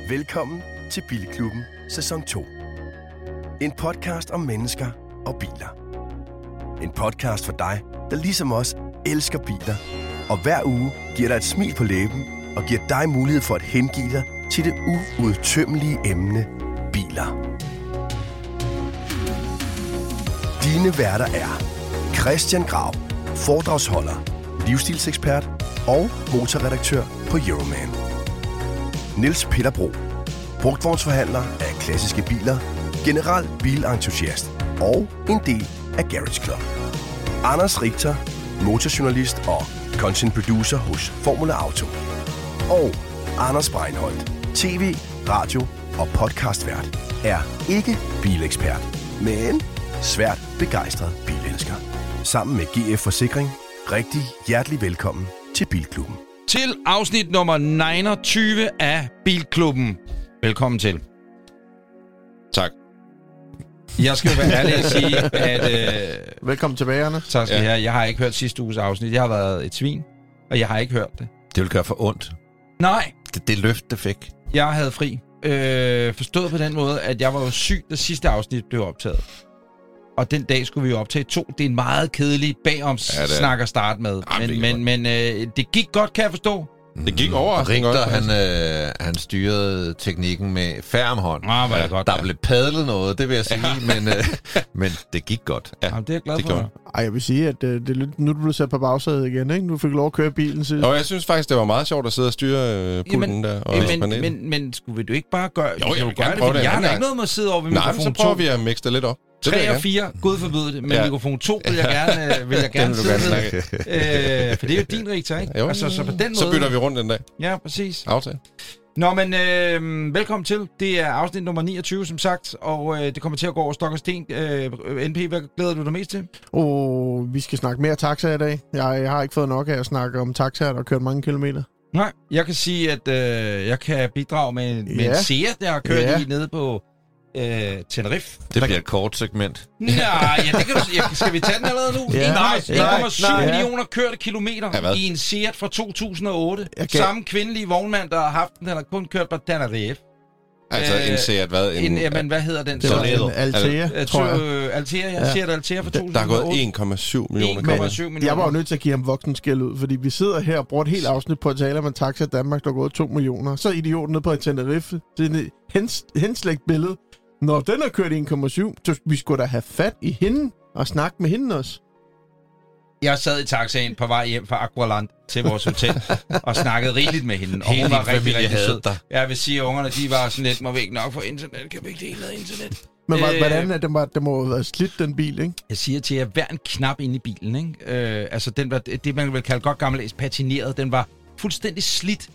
Velkommen til Bilklubben sæson 2. En podcast om mennesker og biler. En podcast for dig, der ligesom os elsker biler, og hver uge giver dig et smil på læben og giver dig mulighed for at hengive dig til det uudtømmelige emne biler. Dine værter er Christian Grav, foredragsholder, livsstilsekspert og motorredaktør på Euroman. Niels Peter Bro, brugtvognsforhandler af klassiske biler, general bilentusiast og en del af Garage Club. Anders Richter, motorjournalist og content producer hos Formula Auto. Og Anders Breinholt, tv, radio og podcastvært, er ikke bilekspert, men svært begejstret bilelsker. Sammen med GF Forsikring, rigtig hjertelig velkommen til Bilklubben. Til afsnit nummer 29 af Bilklubben. Velkommen til. Tak. Jeg skal jo være ærlig at sige, at... Velkommen tilbage, Anders. Tak skal I have. Jeg har ikke hørt sidste uges afsnit. Jeg har været et svin, og jeg har ikke hørt det. Det vil gøre for ondt. Nej. Det løft, det fik. Jeg havde fri. Forstået på den måde, at jeg var jo syg, da sidste afsnit blev optaget. Og den dag skulle vi jo optage 2. Det er en meget kedelig bagom-snak at starte med. Men det gik godt, kan jeg forstå. Det gik overraskende godt. Han styrede teknikken med færm hånd. Der blev padlet noget, det vil jeg sige, men det gik godt. Ja, det er jeg glad for. Ej, jeg vil sige, at det er lidt, nu er du blevet sat på bagsædet igen, ikke? Nu fik lov at køre bilen sidst. Og jeg synes faktisk, det var meget sjovt at sidde og styre pulten der og panelen. Men skulle vi ikke bare gøre... Jo, jeg vil gerne prøve det. Jeg har ikke noget med at sidde over ved mikrofon 2. Nej, så prøver vi at mixe det lidt op. 3 og 4, Gud forbyde det, men mikrofon 2 vil jeg gerne sidde med. For det er jo din Richter, ikke? Jo, altså, så på den måde... Så bytter vi rundt den dag. Ja, præcis. Aftale. Nå, men velkommen til. Det er afsnit nummer 29, som sagt, og det kommer til at gå over stok og sten. NP, hvad glæder du dig mest til? Vi skal snakke mere taxa i dag. Jeg har ikke fået nok af at snakke om taxaer, der har kørt mange kilometer. Nej, jeg kan sige, at jeg kan bidrage med en Seat, der har kørt i nede på... Tenerife. Det bliver et kort segment. Nej, det kan du. Skal vi tage den allerede nu? Ja. 1,7 millioner kørte kilometer i en Seat fra 2008. Samme kvindelige vognmand, der har haft den, den har kun kørt på Tenerife. Altså en Seat hvad? Hvad hedder den? Det var en Altea, tror jeg. Altea, ja. Seat Altea fra 2008. Der er gået 1,7 millioner. 1,7 millioner. Jeg var jo nødt til at give ham voksenskæld ud, fordi vi sidder her og bruger et helt afsnit på at tale om en taxa i Danmark, der er gået 2 millioner. Så er idioten nede på Tenerife. Det er et henslægt billede. Når den har kørt 1,7, så vi skulle da have fat i hende og snakke med hende også. Jeg sad i taxaen på vej hjem fra Aqualand til vores hotel og snakkede rigeligt med hende. Og hun var rigtig, rigtig sød. Jeg vil sige, at ungerne de var sådan lidt, må vi ikke nok for internet? Kan vi ikke dele noget internet? Men hvordan er det? må være slidt, den bil, ikke? Jeg siger til jer, hver en knap inde i bilen, ikke? Altså, den var, det man vil kalde godt gammeldags patineret. Den var fuldstændig slidt.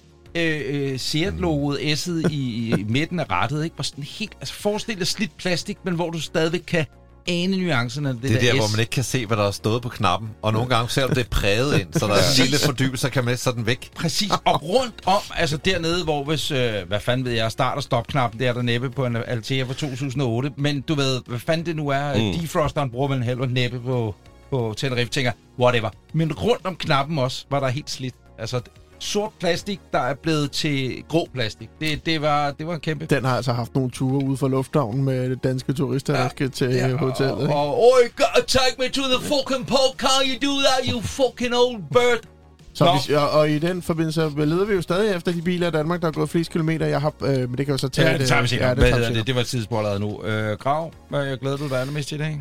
Seat-logoet S'et i midten af rattet, ikke? Var sådan helt, altså forestil dig slidt plastik, men hvor du stadigvæk kan ane nuancerne af det der der, S. hvor man ikke kan se, hvad der er stået på knappen. Og nogle gange, selvom det er præget ind, så der er en lille fordybelse, kan man så den væk. Præcis, og rundt om, altså dernede, hvor hvis, hvad fanden ved jeg, start- og stop-knappen, der næppe på en Altea fra 2008. Men du ved, hvad fanden det nu er, defrosteren bruger man en næppe på Tenerife, tænker, whatever. Men rundt om knappen også, var der helt slidt. Altså, sort plastik, der er blevet til grå plastik. Det var en kæmpe... Den har altså haft nogle ture ude fra lufthavnen med danske turister, der skal til hotellet. Oh, take me to the fucking pole. Can't you do that, you fucking old bird? Og i den forbindelse leder vi jo stadig efter de biler i Danmark, der har gået flest kilometer. Jeg har, men det kan jo så tage... Ja, det tager vi sikkert. Hvad hedder det? Det var et tidsspor allerede nu. Grav, hvad glæder du dig allermest i dag?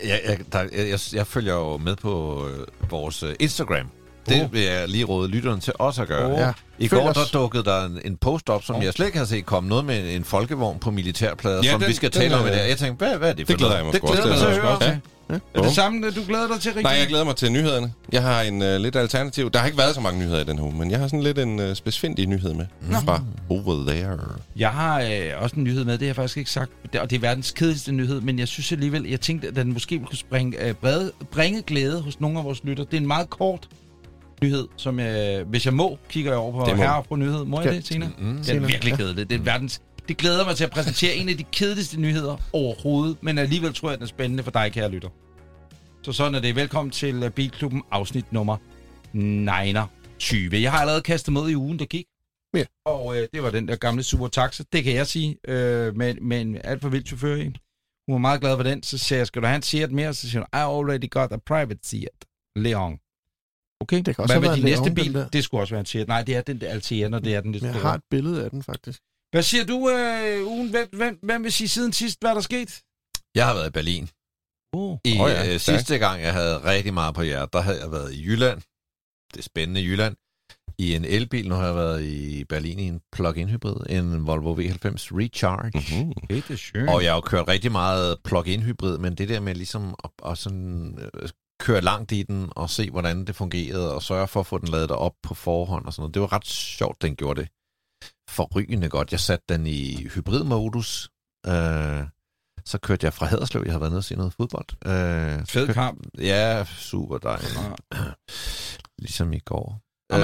Jeg følger jo med på vores Instagram. Det vil jeg lige råde lytterne til også at gøre. I går der dukkede der en post op, som jeg slet ikke har set komme. Noget med en folkevogn på militærplader, som vi skal tale om i dag. Jeg tænkte, hvad er det for det glæder noget? Jeg mig også til. Er det samme, du glæder dig til, Rikke? Nej, jeg glæder mig til nyhederne. Jeg har en lidt alternativ. Der har ikke været så mange nyheder i den uge, men jeg har sådan lidt en specifind nyhed med. Fra over there. Jeg har også en nyhed med, det har jeg faktisk ikke sagt. Og det er verdens kedeligste nyhed, men jeg synes alligevel, jeg tænkte, at den måske kunne bringe glæde hos nogle af vores lytter. Det er en meget kort nyhed, som hvis jeg kigger jeg over på herre på nyhed. Må jeg det, Tina? Det er virkelig kedeligt. Det er verdens... Det glæder mig til at præsentere en af de kedeligste nyheder overhovedet, men alligevel tror jeg, at den er spændende for dig, kære lytter. Så sådan er det. Velkommen til Bilklubben, afsnit nummer 29. Jeg har allerede kastet mod i ugen, der gik. Ja. Og det var den der gamle Super Taxa, det kan jeg sige, med en alt for vild chauffør i. Hun var meget glad for den, så siger jeg, skal du have en Seat mere? Så siger hun, I already got a private Seat. Leon. Okay, det kan også hvad med din næste Leon, bil? Det skulle også være en Seat. Nej, det er den der Altea, når det er den lidt store. Jeg har et billede af den, faktisk. Hvad siger du, Ugen? Hvem vil sige siden sidst, hvad der skete? Jeg har været i Berlin. Sidste gang, jeg havde rigtig meget på hjertet, der havde jeg været i Jylland. Det spændende Jylland. I en elbil. Nu har jeg været i Berlin i en plug-in hybrid. En Volvo V90 Recharge. Og jeg har jo kørt rigtig meget plug-in hybrid, men det der med ligesom at sådan, køre langt i den og se, hvordan det fungerede, og sørge for at få den ladet op på forhånd og sådan noget. Det var ret sjovt, den gjorde det. Forrygende godt. Jeg satte den i hybridmodus. Så kørte jeg fra Haderslev. Jeg har været nede og se noget fodbold. Fed kamp. Ja, super dejligt. Ligesom i går.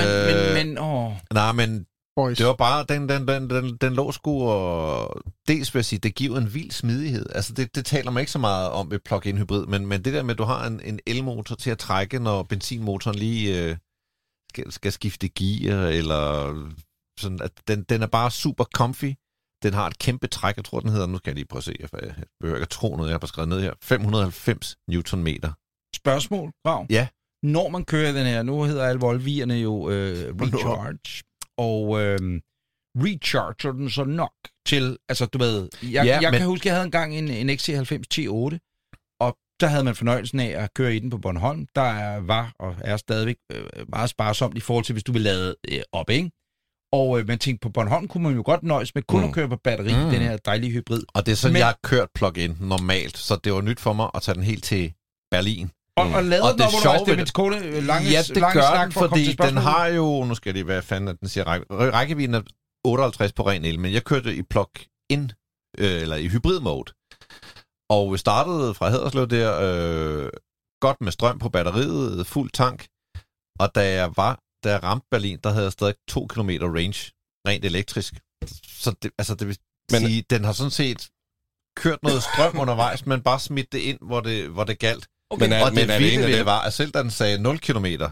Men Boys. det var bare, den lå sgu, og dels vil jeg sige, det giver en vild smidighed. Altså, det taler man ikke så meget om ved plug-in hybrid, men det der med, at du har en elmotor til at trække, når benzinmotoren lige skal skifte gear, eller sådan, at den er bare super comfy. Den har et kæmpe træk, jeg tror, den hedder, nu skal jeg lige prøve at se, jeg behøver ikke at tro noget, jeg har skrevet ned her, 590 newtonmeter. Spørgsmål, Grav? Ja. Når man kører den her, nu hedder alle Volvierne jo Recharge, og recharger den så nok til, altså du ved, jeg kan huske, jeg havde engang en XC90 T8, og der havde man fornøjelsen af at køre i den på Bornholm, der var og er stadigvæk meget sparsomt i forhold til, hvis du vil lade op, ikke? Og man tænkte, på Bornholm kunne man jo godt nøjes med kun at køre på batteri, den her dejlige hybrid. Og det er sådan, jeg har kørt plug-in normalt, så det var nyt for mig at tage den helt til Berlin. Og lavede den op undervejs, det er mit kone lange det gør snak den, for at komme til fordi den har jo, nu skal det være fanden, at den siger rækkevidden er 58 på ren el, men jeg kørte i plug-in, eller i hybrid-mode. Og vi startede fra Haderslev der, godt med strøm på batteriet, fuld tank, og da jeg ramte Berlin, der havde jeg stadig 2 km range, rent elektrisk. Så det vil sige, den har sådan set kørt noget strøm undervejs, men bare smidt det ind, hvor det galt. Okay. Og det vilde ved det var, at selv da den sagde 0 kilometer,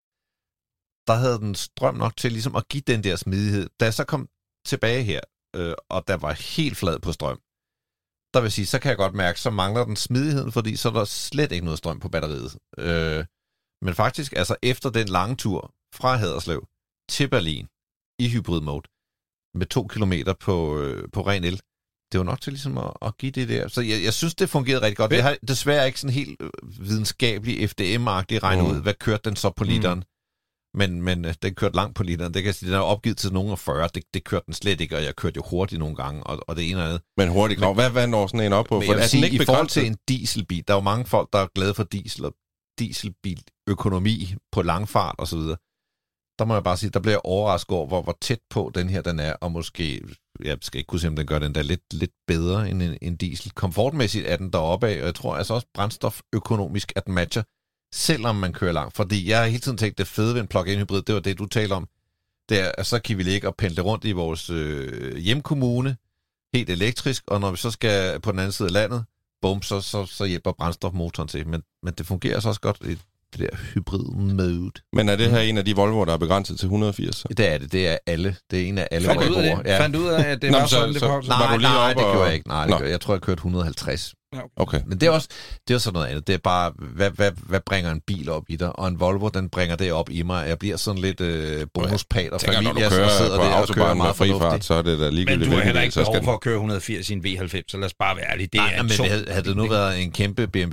der havde den strøm nok til ligesom at give den der smidighed. Da jeg så kom tilbage her, og der var helt flad på strøm, der vil sige, så kan jeg godt mærke, så mangler den smidigheden, fordi så er der slet ikke noget strøm på batteriet. Men faktisk, altså efter den lange tur fra Haderslev til Berlin i hybrid-mode, med 2 kilometer på ren el, det var nok til ligesom at give det der. Så jeg synes, det fungerede rigtig godt. Jeg har desværre ikke sådan helt videnskabelig FDM-agtigt regnet ud, hvad kørte den så på literen. Men den kørte langt på literen. Det kan sige, den er opgivet til nogen af 40. Det kørte den slet ikke, og jeg kørte jo hurtigt nogle gange, og det ene og andet. Men hurtigt, hvad når sådan en op på? For jeg ikke i forhold til en dieselbil, der er jo mange folk, der er glade for diesel og dieselbiløkonomi på lang fart og så videre. Der må jeg bare sige, der bliver jeg overrasket over, hvor tæt på den her den er, og måske, jeg skal ikke kunne se, om den gør den der lidt bedre end en diesel. Komfortmæssigt er den deroppe af, og jeg tror altså også brændstoføkonomisk, at den matcher, selvom man kører langt. Fordi jeg har hele tiden tænkt, det fede ved en plug-in hybrid, det var det, du taler om. Det er, at så kan vi ligge og pendle rundt i vores hjemkommune, helt elektrisk, og når vi så skal på den anden side af landet, bum, så hjælper brændstofmotoren til. Men det fungerer så også godt i det der hybrid-mode. Men er det her en af de Volvoer, der er begrænset til 180? Det er det. Det er alle. Det er en af alle Volvoer. Ja. Fandt ud af, at det var sådan, det var? Nej, det gjorde jeg ikke. Nej, jeg tror, jeg kørte 150. Okay. Men det er sådan noget andet. Det er bare, hvad bringer en bil op i dig? Og en Volvo, den bringer det op i mig. Jeg bliver sådan lidt bonuspater familie, når du kører på autobahn med fri fart, så er det da ligegyldigt. Men du har heller ikke behov for at køre 180 i en V90, så lad os bare være ærlige. Det er men havde det nu været en kæmpe BMW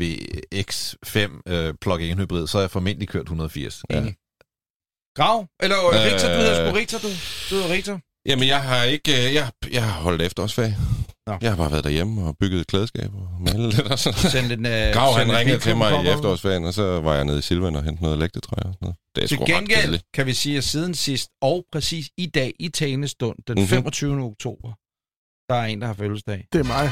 X5 plug-in hybrid, så har jeg formentlig kørt 180. Ja. Grav? Eller Richter, du hedder sgu Richter, du hedder Richter. Jamen, jeg har ikke... Jeg har holdt efterårsferie. Nå. Jeg har bare været derhjemme og bygget et klædeskab og malet lidt og sådan. Grav, han ringede til mig i efterårsferien, og så var jeg nede i Silvan og hentede noget lægtetræ og sådan noget. Det er til gengæld kan vi sige, at siden sidst, og præcis i dag, i talende stund, den 25. oktober, der er en, der har fødselsdag. Det er mig.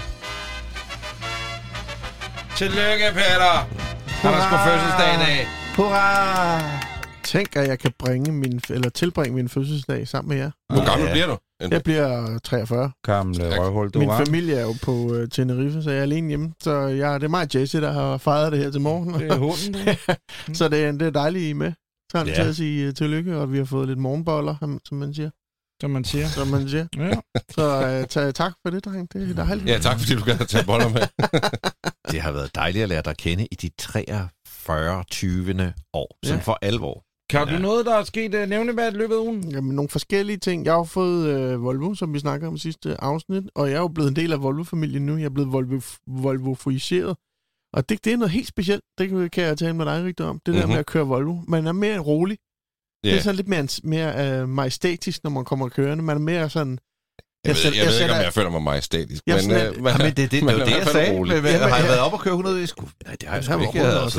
Tillykke, Peter! Han har sgu fødselsdag i dag. Hurra! Tænk, at jeg kan tilbringe min fødselsdag sammen med jer. Hvor gammel bliver du? Jeg bliver 43. Gamle røvhul, du min familie er jo på Tenerife, så jeg er alene hjemme. Så det er mig og Jesse, der har fejret det her til morgen. Det er hunden, det. Så det er dejligt, I er med. Så har han til at sige tillykke, og vi har fået lidt morgenboller, som man siger. som man siger. Ja. Så tak for det, dreng. Det er dejligt. Ja, tak fordi du gad at tage boller med. Det har været dejligt at lære dig at kende i de 43. 20. år, som for alvor. Kan du noget, der er sket nævneværdigt i løbet af ugen? Jamen, nogle forskellige ting. Jeg har jo fået Volvo, som vi snakker om i sidste afsnit, og jeg er jo blevet en del af Volvo-familien nu. Jeg er blevet Volvo-foiseret. Og det er noget helt specielt. Det kan jeg tale med dig, Rigtigt, om. Det der med at køre Volvo. Man er mere rolig. Yeah. Det er sådan lidt mere majestætisk, når man kommer kørende. Man er mere sådan... Jeg ved ikke, om jeg føler mig majestætisk. Men det er jo det, jeg sagde. Har jeg været op og køre 100 i sku? Nej, det har jeg sgu ikke.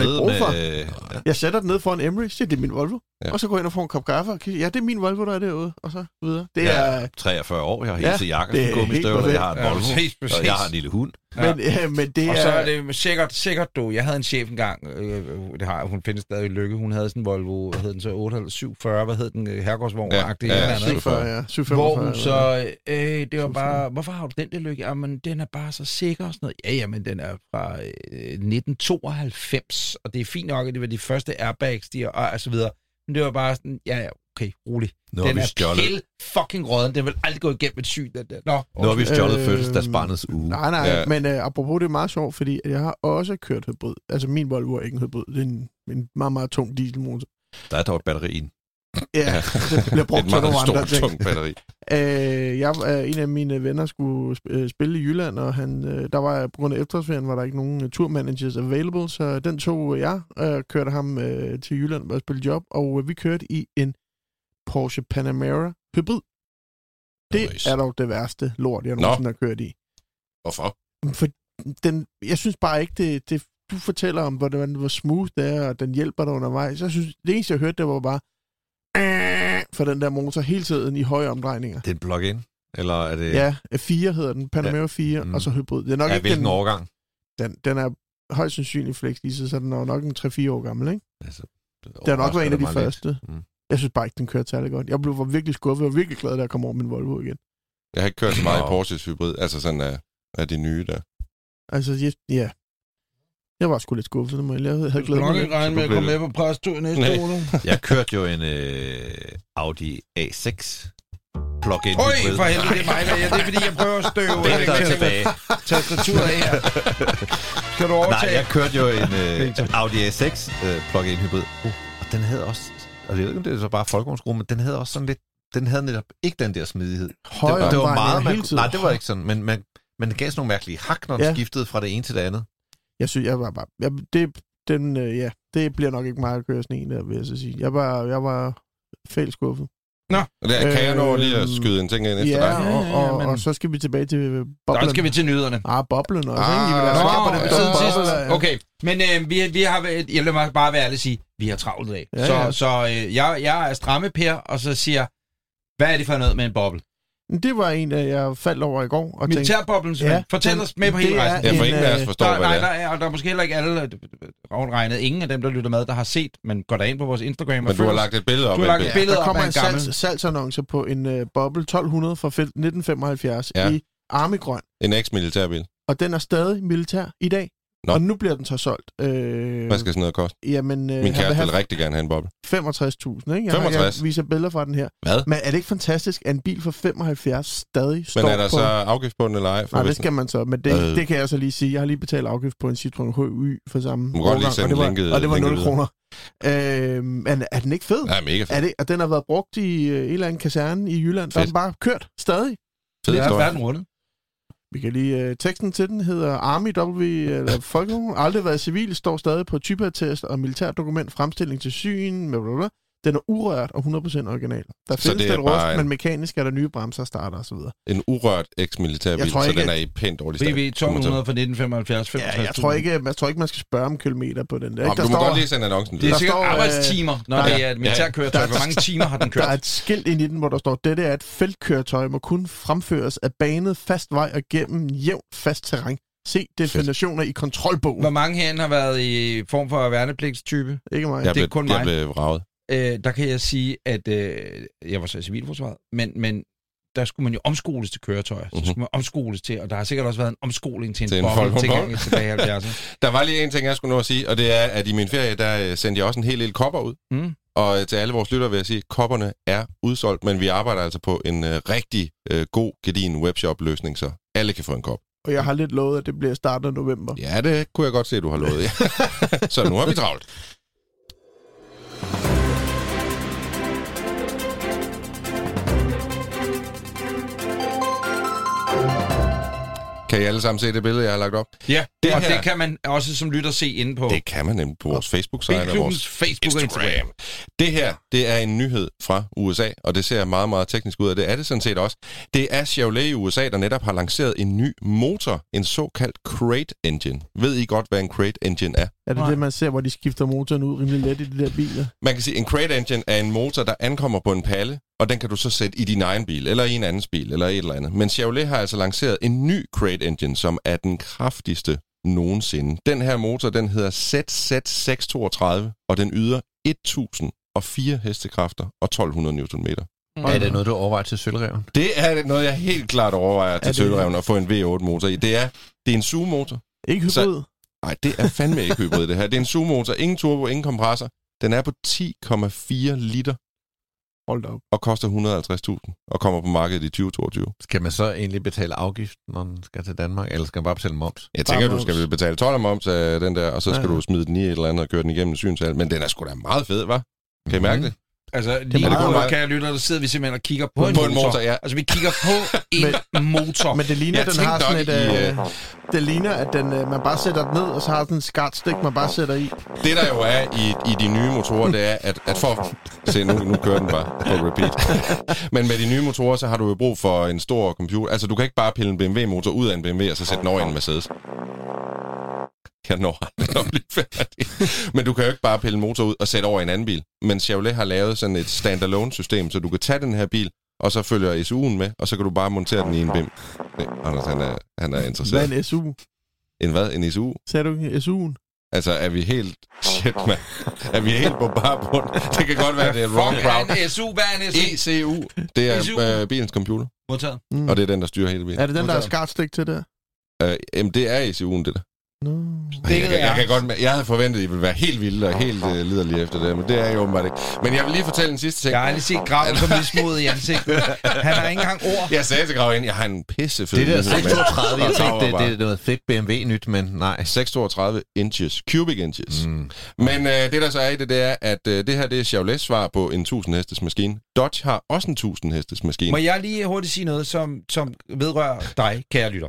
Jeg sætter den ned foran Emery, siger, det er min Volvo. Ja. Og så går jeg ind og får en kop kaffe og kigger, ja, det er min Volvo, der er derude. Og så videre. Det er 43 år, jeg har helt til jakker, gummistøvler, jeg har en Volvo, og jeg har en lille hund. Ja. Men det og så er det sikkert du. Jeg havde en chef engang, hun findes stadig i Lykke, hun havde sådan en Volvo, hvad hed den så, 740, hvad hed den, herregårdsvogn-agtig. Ja, 740. Hvor hun så, det var bare, hvorfor har du den der Lykke? Jamen, den er bare så sikker og sådan noget. Ja, men den er fra 1992, og det er fint nok, at det var de første airbags, og så videre. Men det var bare sådan, ja, okay, rolig. Den er pille fucking råden. Den vil aldrig gå igennem et syg, den der. Nu har vi stjålet fødselsdagsbarnets uge. Nej, men apropos, det er meget sjovt, fordi jeg har også kørt hybrid. Altså, min Volvo er ikke en hybrid. Det er en meget, meget tung dieselmotor. Der er dog et batteri i. Ja, det bliver brugt til nogle andre ting. Tung batteri. En af mine venner skulle spille i Jylland, og der var på grund af efterårsferien, var der ikke nogen turmanagers available, så den tog jeg kørte ham til Jylland og spille job, og vi kørte i en Porsche Panamera hybrid. Det er dog det værste lort, jeg nogensinde har kørt i. Hvorfor? For jeg synes bare ikke, det du fortæller om, hvor smooth det er, og den hjælper dig undervejs. Jeg synes, det eneste, jeg hørte, det var bare for den der motor hele tiden i høje omdrejninger. Det er en plug-in? Eller er det... Ja, 4 hedder den. Panamera 4, og så hybrid. Det er nok ikke hvilken årgang? Den er højst sandsynlig flex-leaset, så den er nok en 3-4 år gammel, ikke? Altså, det har nok været en af de første. Jeg synes bare ikke, den kørte særlig godt. Jeg var virkelig skuffet. Jeg var virkelig glad, da jeg kom over min Volvo igen. Jeg har ikke kørt så meget i Porsches hybrid. Altså sådan af de nye der. Altså, ja. Jeg var sgu lidt skuffet, men jeg havde glædet mig. Du skal nok ikke regne med at komme med på præstur næste uge. Jeg kørte jo en Audi A6 plug-in hybrid. For helvede, det er mig, det er fordi, jeg prøver at støve tilbage. Tastaturet af her. Kan du overtage? Nej, jeg kørte jo en Audi A6 plug-in hybrid. Og den havde også, og jeg ved ikke, om det er så bare folkevognsgruppe, men den havde også sådan lidt, den havde netop ikke den der smidighed. Det var meget, nej, det var ikke sådan, men man gav sådan nogle mærkelige hak, når den skiftede fra det ene til det andet. Jeg synes, jeg var bare... det bliver nok ikke meget at køre sådan en der, vil jeg så sige. Jeg var fælt skuffet. Nå. Kan jeg nå lige at skyde en ting ind efter dig? Og så skal vi tilbage til boblen. Så skal vi til nyderne. Boblen også, ikke? I vil have svar på det. Okay, men vi har... Jeg vil bare være ærlig at sige, vi har travlt af. Så jeg er stramme Per, og så siger, hvad er det for noget med en boble? Det var en, jeg faldt over i går. Og militærboblen, fortæl os med på hele rejsen. Jeg får ingen af os forstår, hvad det er. Der er måske heller ikke alle regnet. Ingen af dem, der lytter med, der har set, men går der ind på vores Instagram. Men du har lagt et billede op. Der kommer en salgsannonce på en boble 1200 fra 1975 i armigrøn. En eks-militærbil. Og den er stadig militær i dag. Nå. Og nu bliver den så solgt. Hvad skal sådan noget koste? Jamen, min kæreste vil rigtig gerne have en boble. 65.000, ikke? Jeg viser billeder fra den her. Hvad? Men er det ikke fantastisk, at en bil for 75 stadig står på... Men er der så afgift på den eller ej? Nej, det skal man så. Men det kan jeg så lige sige. Jeg har lige betalt afgift på en Citroën HY for samme årgang, og det var 0 kroner. Men er den ikke fed? Ja, mega fed. Og den har været brugt i en eller anden kaserne i Jylland. Der er den bare kørt stadig. Det er verden rundet. Vi kan lige... teksten til den hedder Army W, eller Folkevogn. Aldrig været civil, står stadig på typeattest og militærdokument, fremstilling til syn, blablabla. Den er urørt og 100% original. Der findes det rust, men mekanisk er der nye bremser, starter osv. En urørt eks-militærbil, så den er i pænt dårlig stand. BV 1200 fra 1975, 65. Ja, jeg tror ikke, man skal spørge om kilometer på den der. Du må godt lige sende annoncen. Det er sikkert arbejdstimer, når det er et militærkøretøj. Hvor mange timer har den kørt? Der er et skilt ind i den, hvor der står, dette er et feltkøretøj, må kun fremføres af banet fast vej og gennem jævnt fast terræn. Se definitioner i kontrolbogen. Hvor mange herinde har været i form for værnepligtstype? Ikke mig. Det er kun mig. Jeg blev vraget. Der kan jeg sige, at jeg var så i civilforsvaret, men der skulle man jo omskoles til køretøjer. Så skulle man omskoles til, og der har sikkert også været en omskoling til en boble tilbage i 70'erne. Der var lige en ting, jeg skulle nå at sige, og det er, at i min ferie, der sendte jeg også en hel del kopper ud. Og til alle vores lyttere vil jeg sige, at kopperne er udsolgt, men vi arbejder altså på en rigtig god, gedigen webshop-løsning, så alle kan få en kop. Og jeg har lidt lovet, at det bliver startet november. Ja, det kunne jeg godt se, at du har lovet. Ja. Så nu har vi travlt. Kan I alle sammen se det billede, jeg har lagt op? Ja, og det kan man også som lytter se inde på. Det kan man nemlig på vores Facebook-side og vores Facebook og Instagram. Det her, det er en nyhed fra USA, og det ser meget, meget teknisk ud, og det er det sådan set også. Det er Chevrolet i USA, der netop har lanceret en ny motor, en såkaldt Crate Engine. Ved I godt, hvad en Crate Engine er? Er det det, man ser, hvor de skifter motoren ud rimelig let i de der biler? Man kan sige, at en Crate Engine er en motor, der ankommer på en palle, og den kan du så sætte i din egen bil, eller i en andens bil, eller et eller andet. Men Chevrolet har altså lanceret en ny Crate Engine, som er den kraftigste nogensinde. Den her motor, den hedder ZZ632, og den yder 1004 hestekræfter og 1200 Nm. Er det noget, du overvejer til Sølvreven? Det er noget, jeg helt klart overvejer til Sølvreven at få en V8-motor i. Det er en sugemotor. Ikke hybrid? Nej, det er fandme ikke hybrid, det her. Det er en sugemotor, ingen turbo, ingen kompressor. Den er på 10,4 liter. Hold da op. Og koster 150.000 og kommer på markedet i 2022. Skal man så egentlig betale afgift, når den skal til Danmark, eller skal man bare betale moms? Jeg tænker, du skal betale 12 moms af den der, og så skal du smide den i et eller andet og køre den igennem synsal. Men den er sgu da meget fed, hva'? Kan I mærke det? Altså, lige nu, kære lytter, der sidder vi simpelthen og kigger på en motor. Ja. Altså, vi kigger på en motor. Men det ligner, den har sådan et... det ligner, at man bare sætter den ned, og så har sådan en skartstik, man bare sætter i. Det, der jo er i de nye motorer, det er, at for... Se, nu kører den bare på repeat. Men med de nye motorer, så har du jo brug for en stor computer. Altså, du kan ikke bare pille en BMW-motor ud af en BMW, og så sætte den over i en Mercedes. Jeg når at blive færdig. Men du kan jo ikke bare pille en motor ud og sætte over i en anden bil. Men Chevrolet har lavet sådan et standalone-system, så du kan tage den her bil, og så følger SU'en med, og så kan du bare montere den i en BIM. Nej, Anders, han er interesseret. Hvad er en SU? En hvad? En SU? Sagde du SU'en? Altså, er vi helt... Shit, man. Er vi helt på bare bund? Det kan godt være, det er wrong crowd. Hvad er en SU? Hvad er en SU? ECU. Det er bilens computer. Modtaget. Og det er den, der styrer hele bilen. Er det den, der er skartstik til det? Jamen, det er ECU'en, det der. No. Jeg havde forventet, at I ville være helt vilde og helt liderlige efter det, men det er jo åbenbart ikke. Men jeg vil lige fortælle en sidste ting. Jeg har lige set Grav som mismodet i ansigtet. Han har ikke engang ord. Jeg sagde til Grav ind, jeg har en pissefed. Det der 632, jeg tænkte, det er noget fedt BMW-nyt, men nej. 632 inches, cubic inches. Men det der så er i det, det er, at det her det er Chevrolets svar på en 1000 hestes maskine. Dodge har også en 1000 hestes maskine. Må jeg lige hurtigt sige noget, som vedrører dig, kære lytter?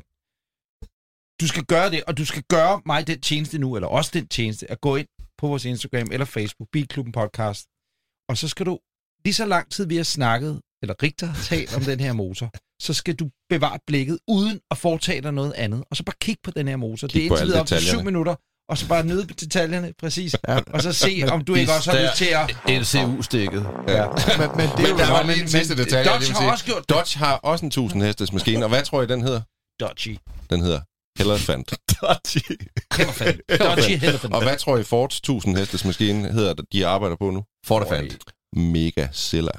Du skal gøre det, og du skal gøre mig den tjeneste nu, eller også den tjeneste, at gå ind på vores Instagram eller Facebook, Bilklubben Podcast, og så skal du, lige så lang tid vi har snakket, eller Richter har talt om den her motor, så skal du bevare blikket, uden at foretage dig noget andet, og så bare kigge på den her motor. Det er indtil videre op til 7 minutter, og så bare nyde detaljerne, præcis, og så se, om du ikke også har lyst til at... LCU-stikket. Ja. Men det er jo... Der var lige en sidste detalje, Dodge har også gjort det. Dodge har også en 1000 hestes maskine, og hvad tror I, den hedder? Dodge. Den hedder Elephant. Dodge Elephant. Og hvad tror I Fords 1000 hestes maskine hedder, de arbejder på nu? Ford Elefant. Megazilla.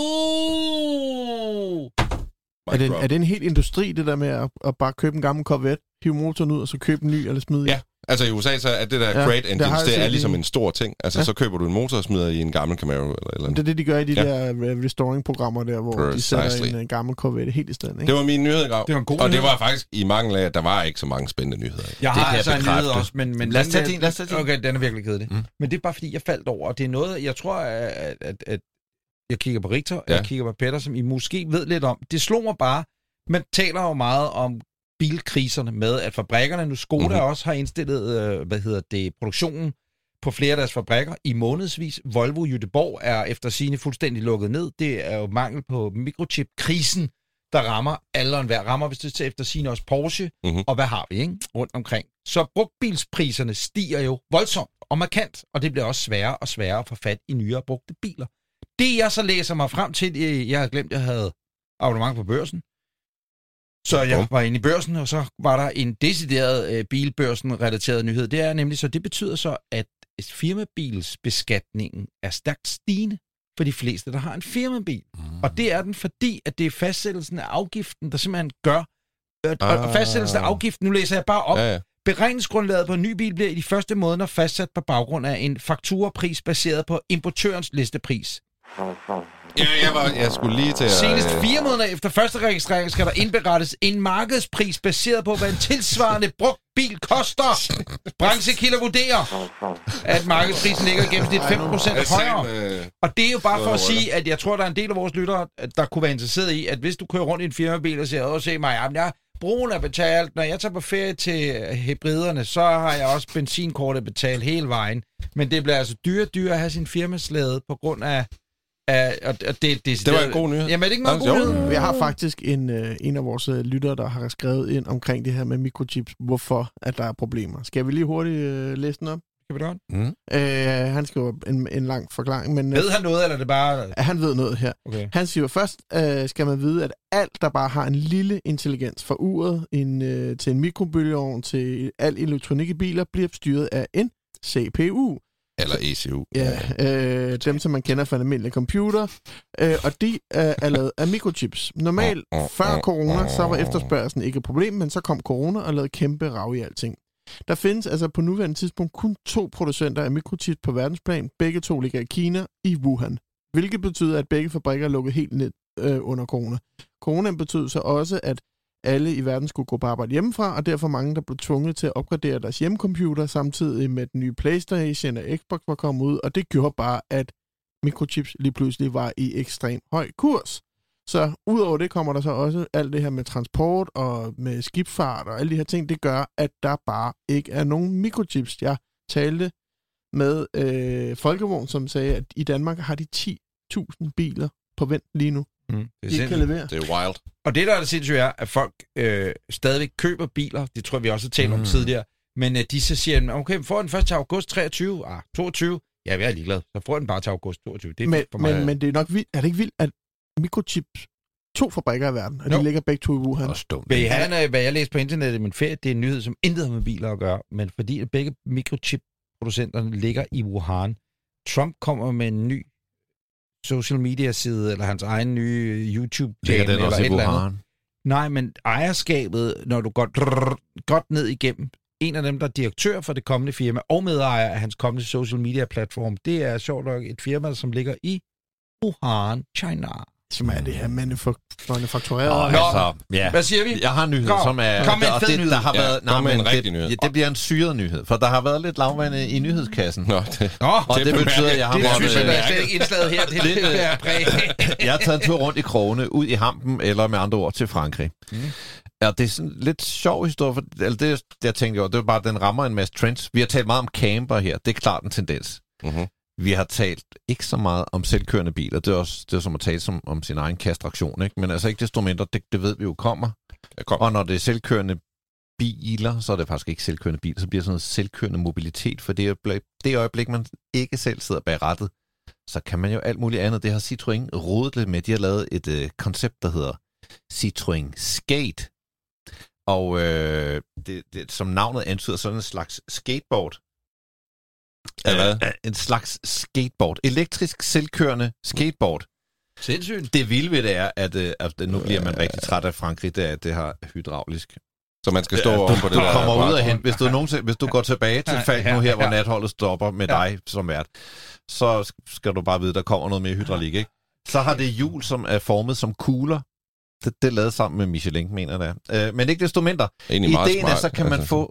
Er det en helt industri, det der med at bare købe en gammel Corvette, hive motoren ud, og så købe en ny eller smide i? Ja, altså i USA så er det der Crate Engines, det er ligesom en stor ting. Altså så køber du en motor og smider i en gammel Camaro eller det er det, de gør i de der restoring-programmer der, hvor de sætter en gammel Corvette helt i stand, ikke? Det var min nyhed, Grav. Det var en god og det var faktisk i mangel af, at der var ikke så mange spændende nyheder. Jeg har altså en nyhed også, men lad os tage din. Okay, den er virkelig kedelig. Men det er bare fordi, jeg faldt over, og det er noget, jeg tror, at jeg kigger på Richter, og jeg kigger på Peter, som I måske ved lidt om. Det slog mig bare, man taler jo meget om bilkriserne med, at fabrikkerne, nu Skoda også har indstillet, produktionen på flere af deres fabrikker i månedsvis. Volvo Göteborg er efter sigende fuldstændig lukket ned. Det er jo mangel på mikrochip-krisen, der rammer alle og enhver. Rammer hvis det efter sigende også Porsche, og hvad har vi ikke rundt omkring. Så brugtbilspriserne stiger jo voldsomt og markant, og det bliver også sværere og sværere at få fat i nyere brugte biler. Det jeg så læser mig frem til, jeg havde glemt, at jeg havde abonnement på børsen. Så jeg var inde i børsen, og så var der en decideret bilbørsen-relateret nyhed. Det er nemlig så, det betyder så, at firmabilsbeskatningen er stærkt stigende for de fleste, der har en firmabil. Og det er den, fordi at det er fastsættelsen af afgiften, der simpelthen gør... Og fastsættelsen af afgiften, nu læser jeg bare op, Beregningsgrundlaget på en ny bil bliver i de første måneder fastsat på baggrund af en fakturapris baseret på importørens listepris. Ja, jeg skulle lige til at... Senest 4 måneder efter første registrering skal der indberettes en markedspris baseret på, hvad en tilsvarende brugt bil koster. Branchekilder vurderer, at markedsprisen ligger i gennemsnit 5% højere. Og det er jo bare for at sige, at jeg tror, der er en del af vores lyttere, der kunne være interesseret i, at hvis du kører rundt i en firmabil og siger, se mig, jamen broen er betalt. Når jeg tager på ferie til Hebriderne, så har jeg også benzinkortet betalt hele vejen. Men det bliver altså dyre at have sin firmaslæde på grund af... Det var en god nyhed. Jamen, er det ikke meget god nyhed? Jeg har faktisk en af vores lyttere, der har skrevet ind omkring det her med mikrochips, hvorfor at der er problemer. Skal vi lige hurtigt læse den op? Kan vi godt? Han skriver en lang forklaring. Men, ved han noget, eller er det bare... Han ved noget her. Okay. Han siger, først skal man vide, at alt, der bare har en lille intelligens fra uret til en mikrobølgeovn til al elektronik i biler, bliver styret af en CPU. Eller ECU. Ja, dem, som man kender fra en almindelig computer. Og de er lavet af mikrochips. Normalt, før corona, så var efterspørgselen ikke et problem, men så kom corona og lavede kæmpe rav i alting. Der findes altså på nuværende tidspunkt kun 2 producenter af mikrochips på verdensplan. Begge 2 ligger i Kina, i Wuhan. Hvilket betyder, at begge fabrikker er lukket helt ned under corona. Corona betød så også, at alle i verden skulle gå på arbejde hjemmefra, og derfor mange, der blev tvunget til at opgradere deres hjemmecomputer, samtidig med den nye PlayStation og Xbox var kommet ud, og det gjorde bare, at mikrochips lige pludselig var i ekstrem høj kurs. Så udover det kommer der så også alt det her med transport og med skibsfart og alle de her ting, det gør, at der bare ikke er nogen mikrochips. Jeg talte med Folkevogn, som sagde, at i Danmark har de 10.000 biler på vent lige nu. Det de kan levere. Det er wild. Og det, der er det sindssygt, er, at folk stadigvæk køber biler. Det tror vi også har talt om tidligere. Men de så siger, okay, får den først til august 23, 22. Ja, jeg er ligeglad. Så får den bare til august 22. Det er men det er nok vildt. Er det ikke vildt, at mikrochips 2 fabrikker i verden, og de ligger begge 2 i Wuhan? Hvad jeg læste på internettet i min ferie, det er en nyhed, som intet har med biler at gøre. Men fordi begge mikrochip-producenterne ligger i Wuhan. Trump kommer med en ny social media side, eller hans egen nye YouTube-channel, eller et eller andet. Nej, men ejerskabet, når du går godt ned igennem, en af dem, der er direktør for det kommende firma, og medejer af hans kommende social media-platform, det er sjovt nok et firma, som ligger i Wuhan, China. Som er det her manufaktureret. Hvad siger vi? Jeg har en nyhed, som er... Kom med en fed nyhed. Der har været, kom med en rigtig nyhed. Det bliver en syret nyhed, for der har været lidt lavvande i nyhedskassen. Og det betyder, at jeg har måttet... Det synes jeg slet ikke indslaget her. Det er præg. Jeg har taget en tur rundt i krogene, ud i Hampen, eller med andre ord til Frankrig. Ja, det er sådan lidt sjov historie, for det jeg tænkte over, det var bare, at den rammer en masse trends. Vi har talt meget om camper her, det er klart en tendens. Vi har talt ikke så meget om selvkørende biler. Det er som at tale om sin egen kastraktion, ikke? Men altså ikke desto mindre, det ved vi jo kommer. Og når det er selvkørende biler, så er det faktisk ikke selvkørende biler, så bliver sådan noget selvkørende mobilitet, for det øjeblik, man ikke selv sidder bag rattet, så kan man jo alt muligt andet. Det har Citroën rodet lidt med. De har lavet et koncept, der hedder Citroën Skate. Og det, som navnet antyder, sådan en slags skateboard. En slags skateboard. Elektrisk selvkørende skateboard. Sindssygt. Det vilde ved det er, at nu bliver man rigtig træt af Frankrig, det har hydraulisk. Så man skal stå oven på det der. Du kommer ud og hente. Hvis du går tilbage til Falk nu her, hvor natholdet stopper med dig som vært, så skal du bare vide, der kommer noget mere hydraulik, ikke? Så har det hjul, som er formet som kugler. Det er lavet sammen med Michelin, mener jeg. Men ikke desto mindre. Ideen er, så kan man få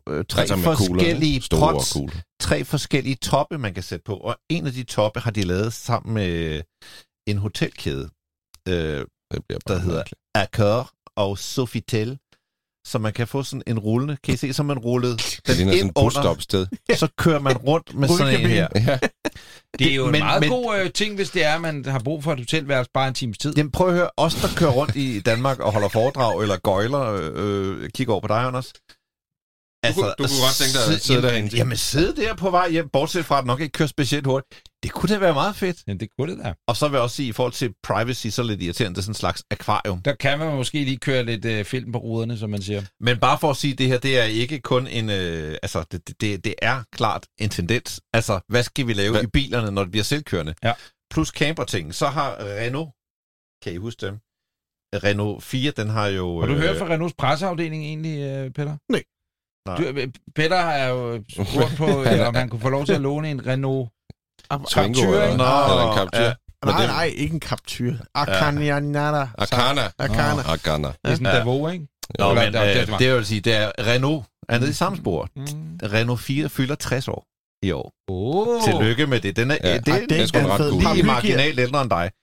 tre forskellige toppe, man kan sætte på. Og en af de toppe har de lavet sammen med en hotelkæde, der hedder Accor og Sofitel. Så man kan få sådan en rullende. Kan I se, så man rullede den ind under. Så kører man rundt med sådan en her. Ja. Det er jo en meget god ting, hvis det er, at man har brug for et hotelværelse bare en times tid. Jamen prøv at høre, os der kører rundt i Danmark og holder foredrag eller gøjler, kigger over på dig, Anders. Altså, du kunne godt tænke dig at sidde derinde. Jamen sidde der på vej hjem, bortset fra at nok ikke kører specielt hurtigt. Det kunne da være meget fedt. Ja, det kunne det da. Og så vil jeg også sige, i forhold til privacy, så er lidt irriterende, det er sådan en slags akvarium. Der kan man måske lige køre lidt film på ruderne, som man siger. Men bare for at sige, det her, det er ikke kun en... det er klart en tendens. Altså, hvad skal vi lave i bilerne, når det bliver selvkørende? Ja. Plus camperting. Så har Renault... Kan I huske dem? Renault 4, den har jo... Har du hørt fra Renaults presseafdeling egentlig, Peter? Nej. Peter er jo spurgt på, om han kunne få lov til at låne en Renault Twingo, eller en Captur. Nej, ikke en Captur. Arcana. Arcana. Det er sådan en Davos, ikke? Nå, men det vil sige, det er Renault er nede i samme spor. Renault 4 fylder 60 år i år. Tillykke med det. Den er, det er sgu ret cool. Lige marginalt ældre end dig.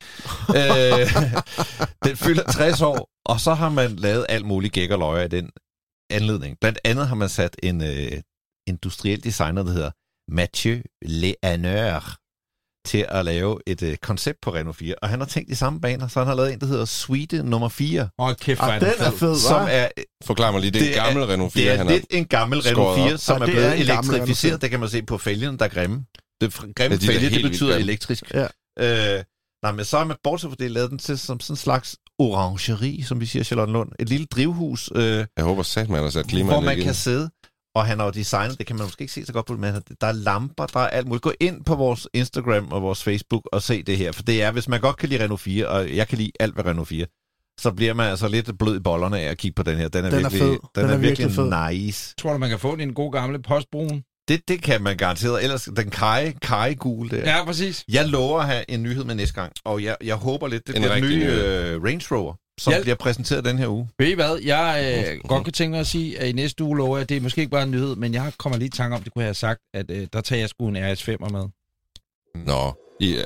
Den fylder 60 år, og så har man lavet alt muligt gæk og løjer i den anledning. Blandt andet har man sat en industriel designer, der hedder Mathieu Leaneur, til at lave et koncept på Renault 4. Og han har tænkt i samme baner, så han har lavet en, der hedder Suite nummer 4. Kæft, den er fed, som er, forklar mig lige, det er en gammel Renault 4. Det er lidt en gammel Renault 4, som er blevet elektrificeret. Det kan man se på fælgen, der er grimme. Grimme fælge, det betyder elektrisk. Ja. Men så har man bortset fra det lavet den til som sådan en slags orangerie, som vi siger, Charlottenlund. Et lille drivhus. Jeg håber sagt, man har sat klimaet hvor man kan sidde. Og han har jo designet, det kan man måske ikke se så godt på, men der er lamper, der er alt muligt. Gå ind på vores Instagram og vores Facebook og se det her, for det er, hvis man godt kan lide Renault 4, og jeg kan lide alt ved Renault 4, så bliver man altså lidt blød i bollerne af at kigge på den her. Den er virkelig fed. Nice. Tror du, man kan få den gode gamle postbrun? Det kan man garanteret. Ellers den kaj-gul der. Ja, præcis. Jeg lover at have en nyhed med næste gang, og jeg håber lidt, det bliver en ny Range Rover, som bliver præsenteret den her uge. Ved I hvad? Jeg godt kan tænke mig at sige, at i næste uge lover jeg, det er måske ikke bare en nyhed, men jeg kommer lige i tanke om, det kunne jeg have sagt, at der tager jeg sgu en RS5'er med. Nå, ja.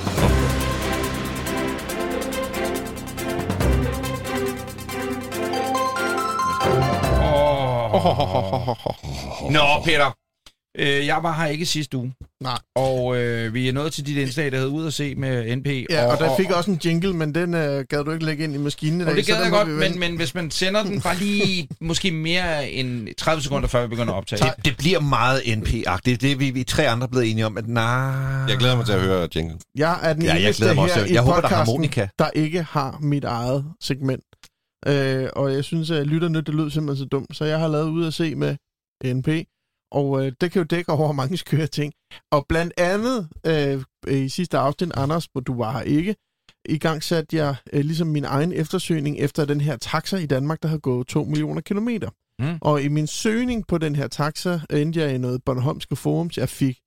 Nå, Peter. Jeg var her ikke sidste uge. Nej. Og vi er nået til dit indslag, der hed Ud at se med NP. Ja, og der fik også en jingle, men den gad du ikke lægge ind i maskinen i dag. Det gad jeg godt, men hvis man sender den bare lige måske mere end 30 sekunder, før vi begynder at optage. Det bliver meget NP-agtigt. Det er vi 3 andre blevet enige om, at Jeg glæder mig til at høre jingle. Jeg er den eneste her i podcasten, der ikke har mit eget segment. Og jeg synes, at lytterne, det lød simpelthen så dumt. Så jeg har lavet Ud at se med NP. Og det kan jo dække over mange skøre ting. Og blandt andet i sidste afsnit, Anders, hvor du var her ikke, i gang satte jeg ligesom min egen eftersøgning efter den her taxa i Danmark, der har gået 2 millioner kilometer. Og i min søgning på den her taxa endte jeg i noget Bornholmske Forums. Jeg fik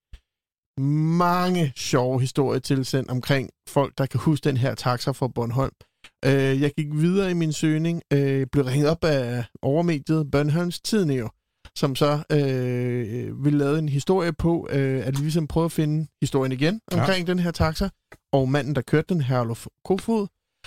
mange sjove historier tilsendt omkring folk, der kan huske den her taxa fra Bornholm. Jeg gik videre i min søgning, blev ringet op af overmediet Bornholms Tidende, som så ville lave en historie på, at vi ligesom prøvede at finde historien igen omkring den her taxa, og manden, der kørte den, Herluf Kofod.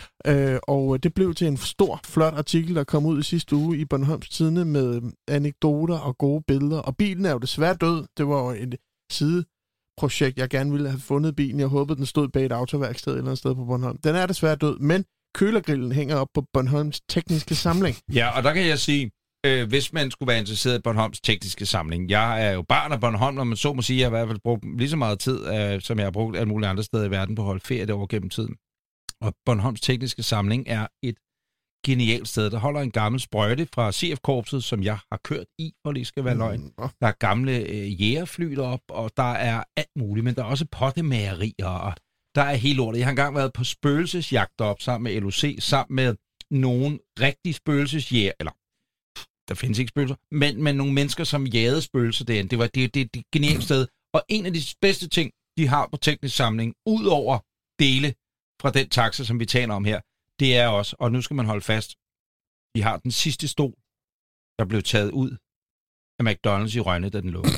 Og det blev til en stor, flot artikel, der kom ud i sidste uge i Bornholms Tidende med anekdoter og gode billeder. Og bilen er jo desværre død. Det var jo et sideprojekt, jeg gerne ville have fundet bilen. Jeg håbede, den stod bag et autoværksted et eller andet sted på Bornholm. Den er desværre død, men kølergrillen hænger op på Bornholms Tekniske Samling. Ja, og der kan jeg sige, hvis man skulle være interesseret i Bornholms Tekniske Samling. Jeg er jo barn af Bornholm, når man så må sige, jeg har i hvert fald brugt lige så meget tid, som jeg har brugt alle mulige andre steder i verden på at holde ferie det over gennem tiden. Og Bornholms Tekniske Samling er et genialt sted. Der holder en gammel sprøjte fra CF-korpset, som jeg har kørt i, for det skal være løgn. Der er gamle jægerfly deroppe, og der er alt muligt, men der er også pottemagerier, og der er helt lortet. Jeg har engang været på spøgelsesjagt deroppe sammen med LOC, sammen med nogle rigtige spøgelsesjæger, eller der findes ikke spøgelser, men nogle mennesker, som jagede spøgelser derinde. Det var det genialt sted. Og en af de bedste ting, de har på Teknisk Samling, ud over dele fra den taxa, som vi taler om her, det er også, og nu skal man holde fast, de har den sidste stol, der blev taget ud af McDonald's i Rønne, da den lukkede.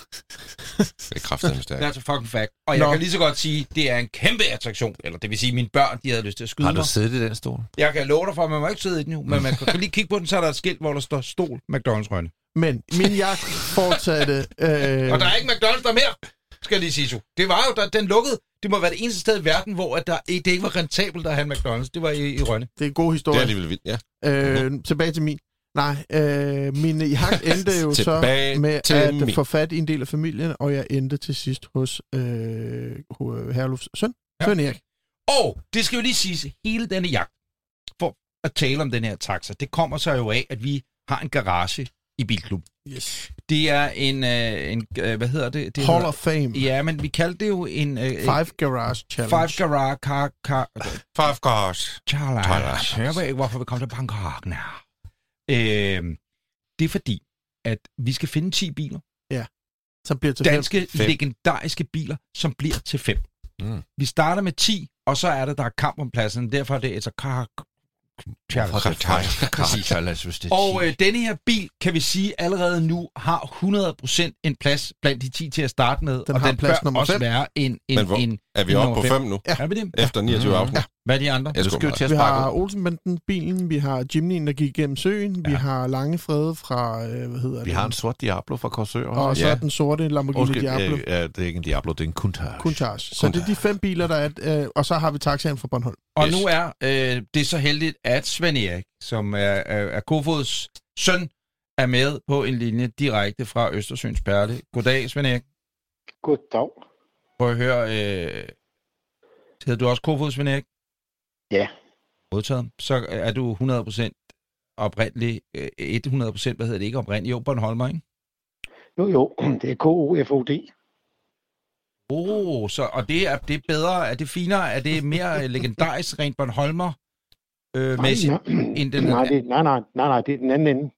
Det er kraftedeme stærkt. Det er altså fucking fact. Og jeg kan lige så godt sige, det er en kæmpe attraktion. Eller det vil sige, mine børn, de havde lyst til at skyde mig. Har du siddet i den stol? Jeg kan love dig for, at man må ikke sidde i den jo. Men man kan lige kigge på den, så er der et skilt, hvor der står stol McDonald's Rønne. Men min jagt fortsatte... Og der er ikke McDonald's der mere, skal jeg lige sige så. Det var jo, den lukkede. Det må være det eneste sted i verden, hvor det ikke var rentabelt at have en McDonald's. Det var i Rønne. Det er en god historie. Det er alligevel vildt, ja. Tilbage til min. Nej, min jagt endte jo så med at få fat i en del af familien, og jeg endte til sidst hos Herlufs søn, Søren Erik. Og det skal jo lige siges, hele denne jagt, for at tale om den her taxa, det kommer så jo af, at vi har en garage i Bilklub. Yes. Det er en hvad hedder det? Hall of Fame. Ja, men vi kaldte det jo en... Five Garage Challenge. Five Garage Challenge. Jeg ved ikke, hvorfor vi kom til Bangkok. Det er fordi, at vi skal finde 10 biler. Ja, som bliver til danske, legendariske biler, som bliver til 5. Vi starter med 10, og så er der er kamp om pladsen. Derfor er det et Og denne her bil, kan vi sige, allerede nu har 100% en plads blandt de 10 til at starte med. Den og har den plads bør nummer også 5. være en er vi oppe på 5 nu? Ja. Er vi det? Efter 29 afsnit? Ja. Hvad er de andre? Vi har Olsenbanden-bilen, vi har Jimny'en, der gik gennem søen, vi har Lange Frede fra, Vi har en sort Diablo fra Korsør. Og så den sorte Lamborghini Diablo. Det er ikke en Diablo, det er en Countach. Så det er de 5 biler, der er, og så har vi taxaen fra Bornholm. Og nu er det så heldigt, at Svend Erik, som er Kofods søn, er med på en linje direkte fra Østersøens Perle. Goddag, Svend Erik. Goddag. Prøv at høre, hedder du også Kofod, Svend Erik? Ja. Modtaget. Så er du 100% oprindelig, 100%, hvad hedder det ikke oprindelig? Jo, Bornholmer, ikke? Jo, det er KOFOD. Og det er bedre, er det finere, er det mere legendarisk rent Bornholmer mæssigt end den? Nej, det er den anden ende.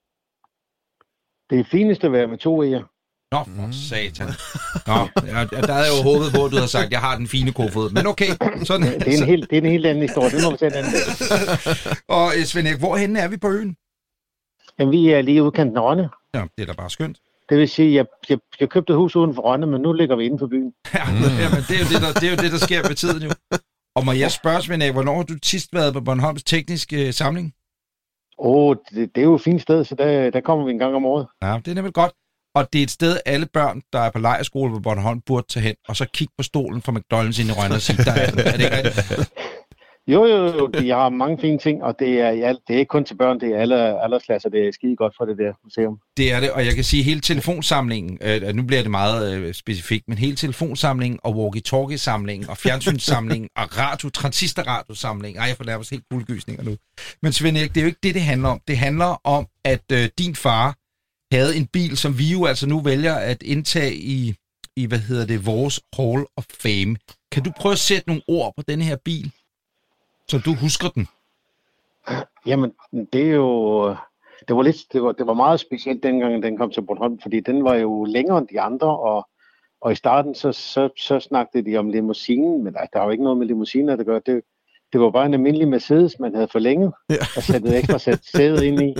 Det er finest at være med 2 E'er. Nå, for satan. Nå, der havde jeg jo håbet på, at du havde sagt, at jeg har den fine Kofod. Men okay. Sådan. Det er en helt anden historie. Det må vi tage en anden dag. Og Svend Erik, hvorhenne er vi på øen? Jamen, vi er lige udkanten af Rønne. Ja, det er da bare skønt. Det vil sige, at jeg købte et hus uden for Rønne, men nu ligger vi inde på byen. Jamen, det er jo det, der sker med tiden jo. Og må jeg spørge, Svend Erik, hvornår har du sidst været på Bornholms tekniske samling? Det er jo et fint sted, så der kommer vi en gang om året. Ja, det er nemlig godt. Og det er et sted, alle børn, der er på lejrskole på Bornholm, burde tage hen, og så kigge på stolen fra McDonald's ind i Rønne og sige, der er den. Er det ikke rigtigt? Jo, de har mange fine ting, og det er ikke kun til børn, det er alle aldersklasser, det er skide godt for det der museum. Det er det, og jeg kan sige, hele telefonsamlingen, nu bliver det meget specifikt, men hele telefonsamlingen og walkie-talkie-samlingen og fjernsynssamlingen og transistorradiosamlingen, jeg får nærmest helt guldgysninger nu. Men Svend Erik, det er jo ikke det handler om. Det handler om, at din far havde en bil, som vi jo altså nu vælger at indtage i vores Hall of Fame. Kan du prøve at sætte nogle ord på denne her bil, så du husker den? Jamen, det er jo... Det var meget specielt dengang, den kom til Bornholm, fordi den var jo længere end de andre, og i starten så snakkede de om limousinen, men der var jo ikke noget med limousiner, der gør det. Det var bare en almindelig Mercedes, man havde forlænget, og sat et ekstra sæde ind i.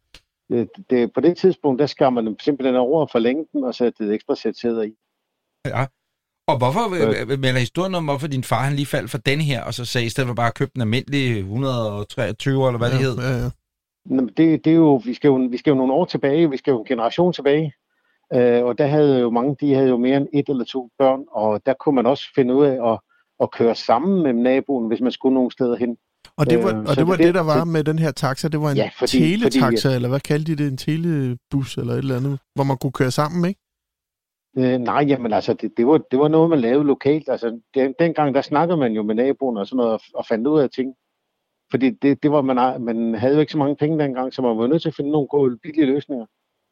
På det tidspunkt, der skar man simpelthen over og forlænge den, og satte et ekstra sæt sæder i. Ja. Og hvorfor melder historien om, hvorfor din far han lige faldt for den her, og så sagde i stedet for bare at købe den almindelige 123, eller hvad det hed? Ja. Det er jo, vi skal jo nogle år tilbage, vi skal jo en generation tilbage, og der havde jo mange, de havde jo mere end 1 eller 2 børn, og der kunne man også finde ud af at køre sammen med naboen, hvis man skulle nogle steder hen. Og det var det, der var med den her taxa. Det var en teletaxa, eller hvad kaldte de det? En telebus, eller et eller andet, hvor man kunne køre sammen, ikke? Nej, jamen altså, det var noget, man lavede lokalt. Altså, dengang, der snakkede man jo med naboen og sådan noget, og fandt ud af ting. Fordi det var, man havde jo ikke så mange penge dengang, så man var nødt til at finde nogle gode, billige løsninger.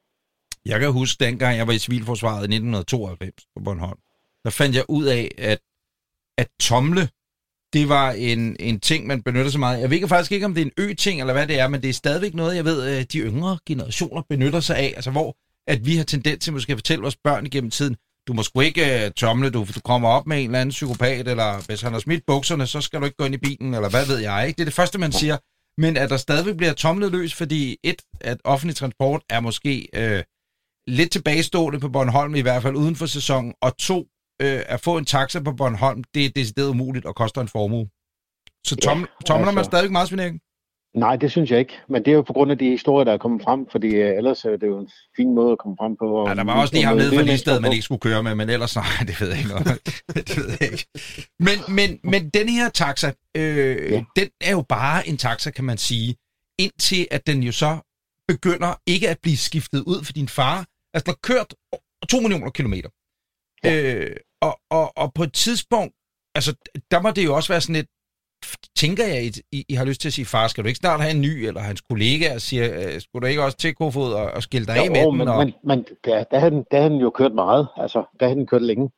Jeg kan huske, dengang jeg var i civilforsvaret i 1992 på Bornholm, der fandt jeg ud af, at tomle, det var en ting, man benytter så meget. Jeg ved faktisk ikke, om det er en ø-ting, eller hvad det er, men det er stadigvæk noget, jeg ved, de yngre generationer benytter sig af. Altså, hvor at vi har tendens til måske at fortælle vores børn igennem tiden, du må sgu ikke tomle, du kommer op med en eller anden psykopat, eller hvis han har smidt bukserne, så skal du ikke gå ind i bilen, eller hvad ved jeg, ikke? Det er det første, man siger. Men at der stadigvæk bliver tomlet løs, fordi at offentlig transport er måske lidt tilbagestående på Bornholm, i hvert fald uden for sæsonen, og 2, at få en taxa på Bornholm, det er decideret umuligt og koster en formue. Så tomler man stadigvæk meget, Svend Erik? Nej, det synes jeg ikke. Men det er jo på grund af de historier, der er kommet frem, fordi ellers er det jo en fin måde at komme frem på. Ja, der var også lige ham nede for lige sted, man ikke skulle køre med, men ellers nej, det ved jeg ikke noget. Det ved jeg ikke. Men den her taxa, den er jo bare en taxa, kan man sige, indtil at den jo så begynder ikke at blive skiftet ud for din far. Altså, der har kørt 2 millioner kilometer. Ja. Og på et tidspunkt, altså, der må det jo også være sådan lidt, tænker jeg, I har lyst til at sige, far, skal du ikke snart have en ny, eller hans kollega, og siger, skulle du ikke også til Kofod og skille dig af med den? Men der havde den jo kørt meget, altså, der havde den kørt længe.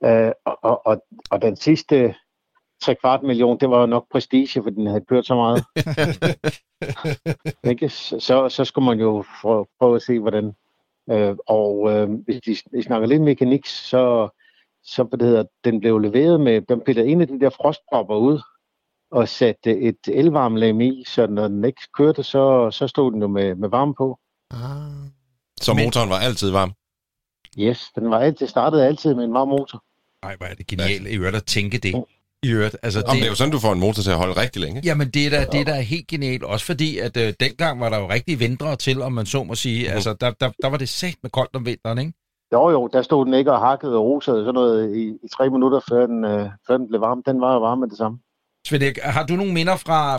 Og den sidste 3/4 million, det var jo nok prestige, for den havde kørt så meget. Ikke? Så skulle man jo prøve at se, hvordan... hvis I snakker lidt mekanik, så den blev leveret med... Den pillede en af de der frostpropper ud, og satte et elvarmelem i, så når den ikke kørte, så stod den jo med varme på. Så motoren var altid varm? Yes, den startede altid med en varm motor. Nej, hvor er det genialt i øvrigt at tænke det. I øvrigt, altså det er jo sådan, du får en motor til at holde rigtig længe. Jamen, det er der er helt genialt. Også fordi, at dengang var der jo rigtig vintre til, om man så må sige. Altså, der var det sæt med koldt om vinteren, ikke? Jo, der stod den ikke og hakkede og rosede sådan noget i 3 minutter, før den blev varm. Den var jo varm med det samme. Svend, har du nogle minder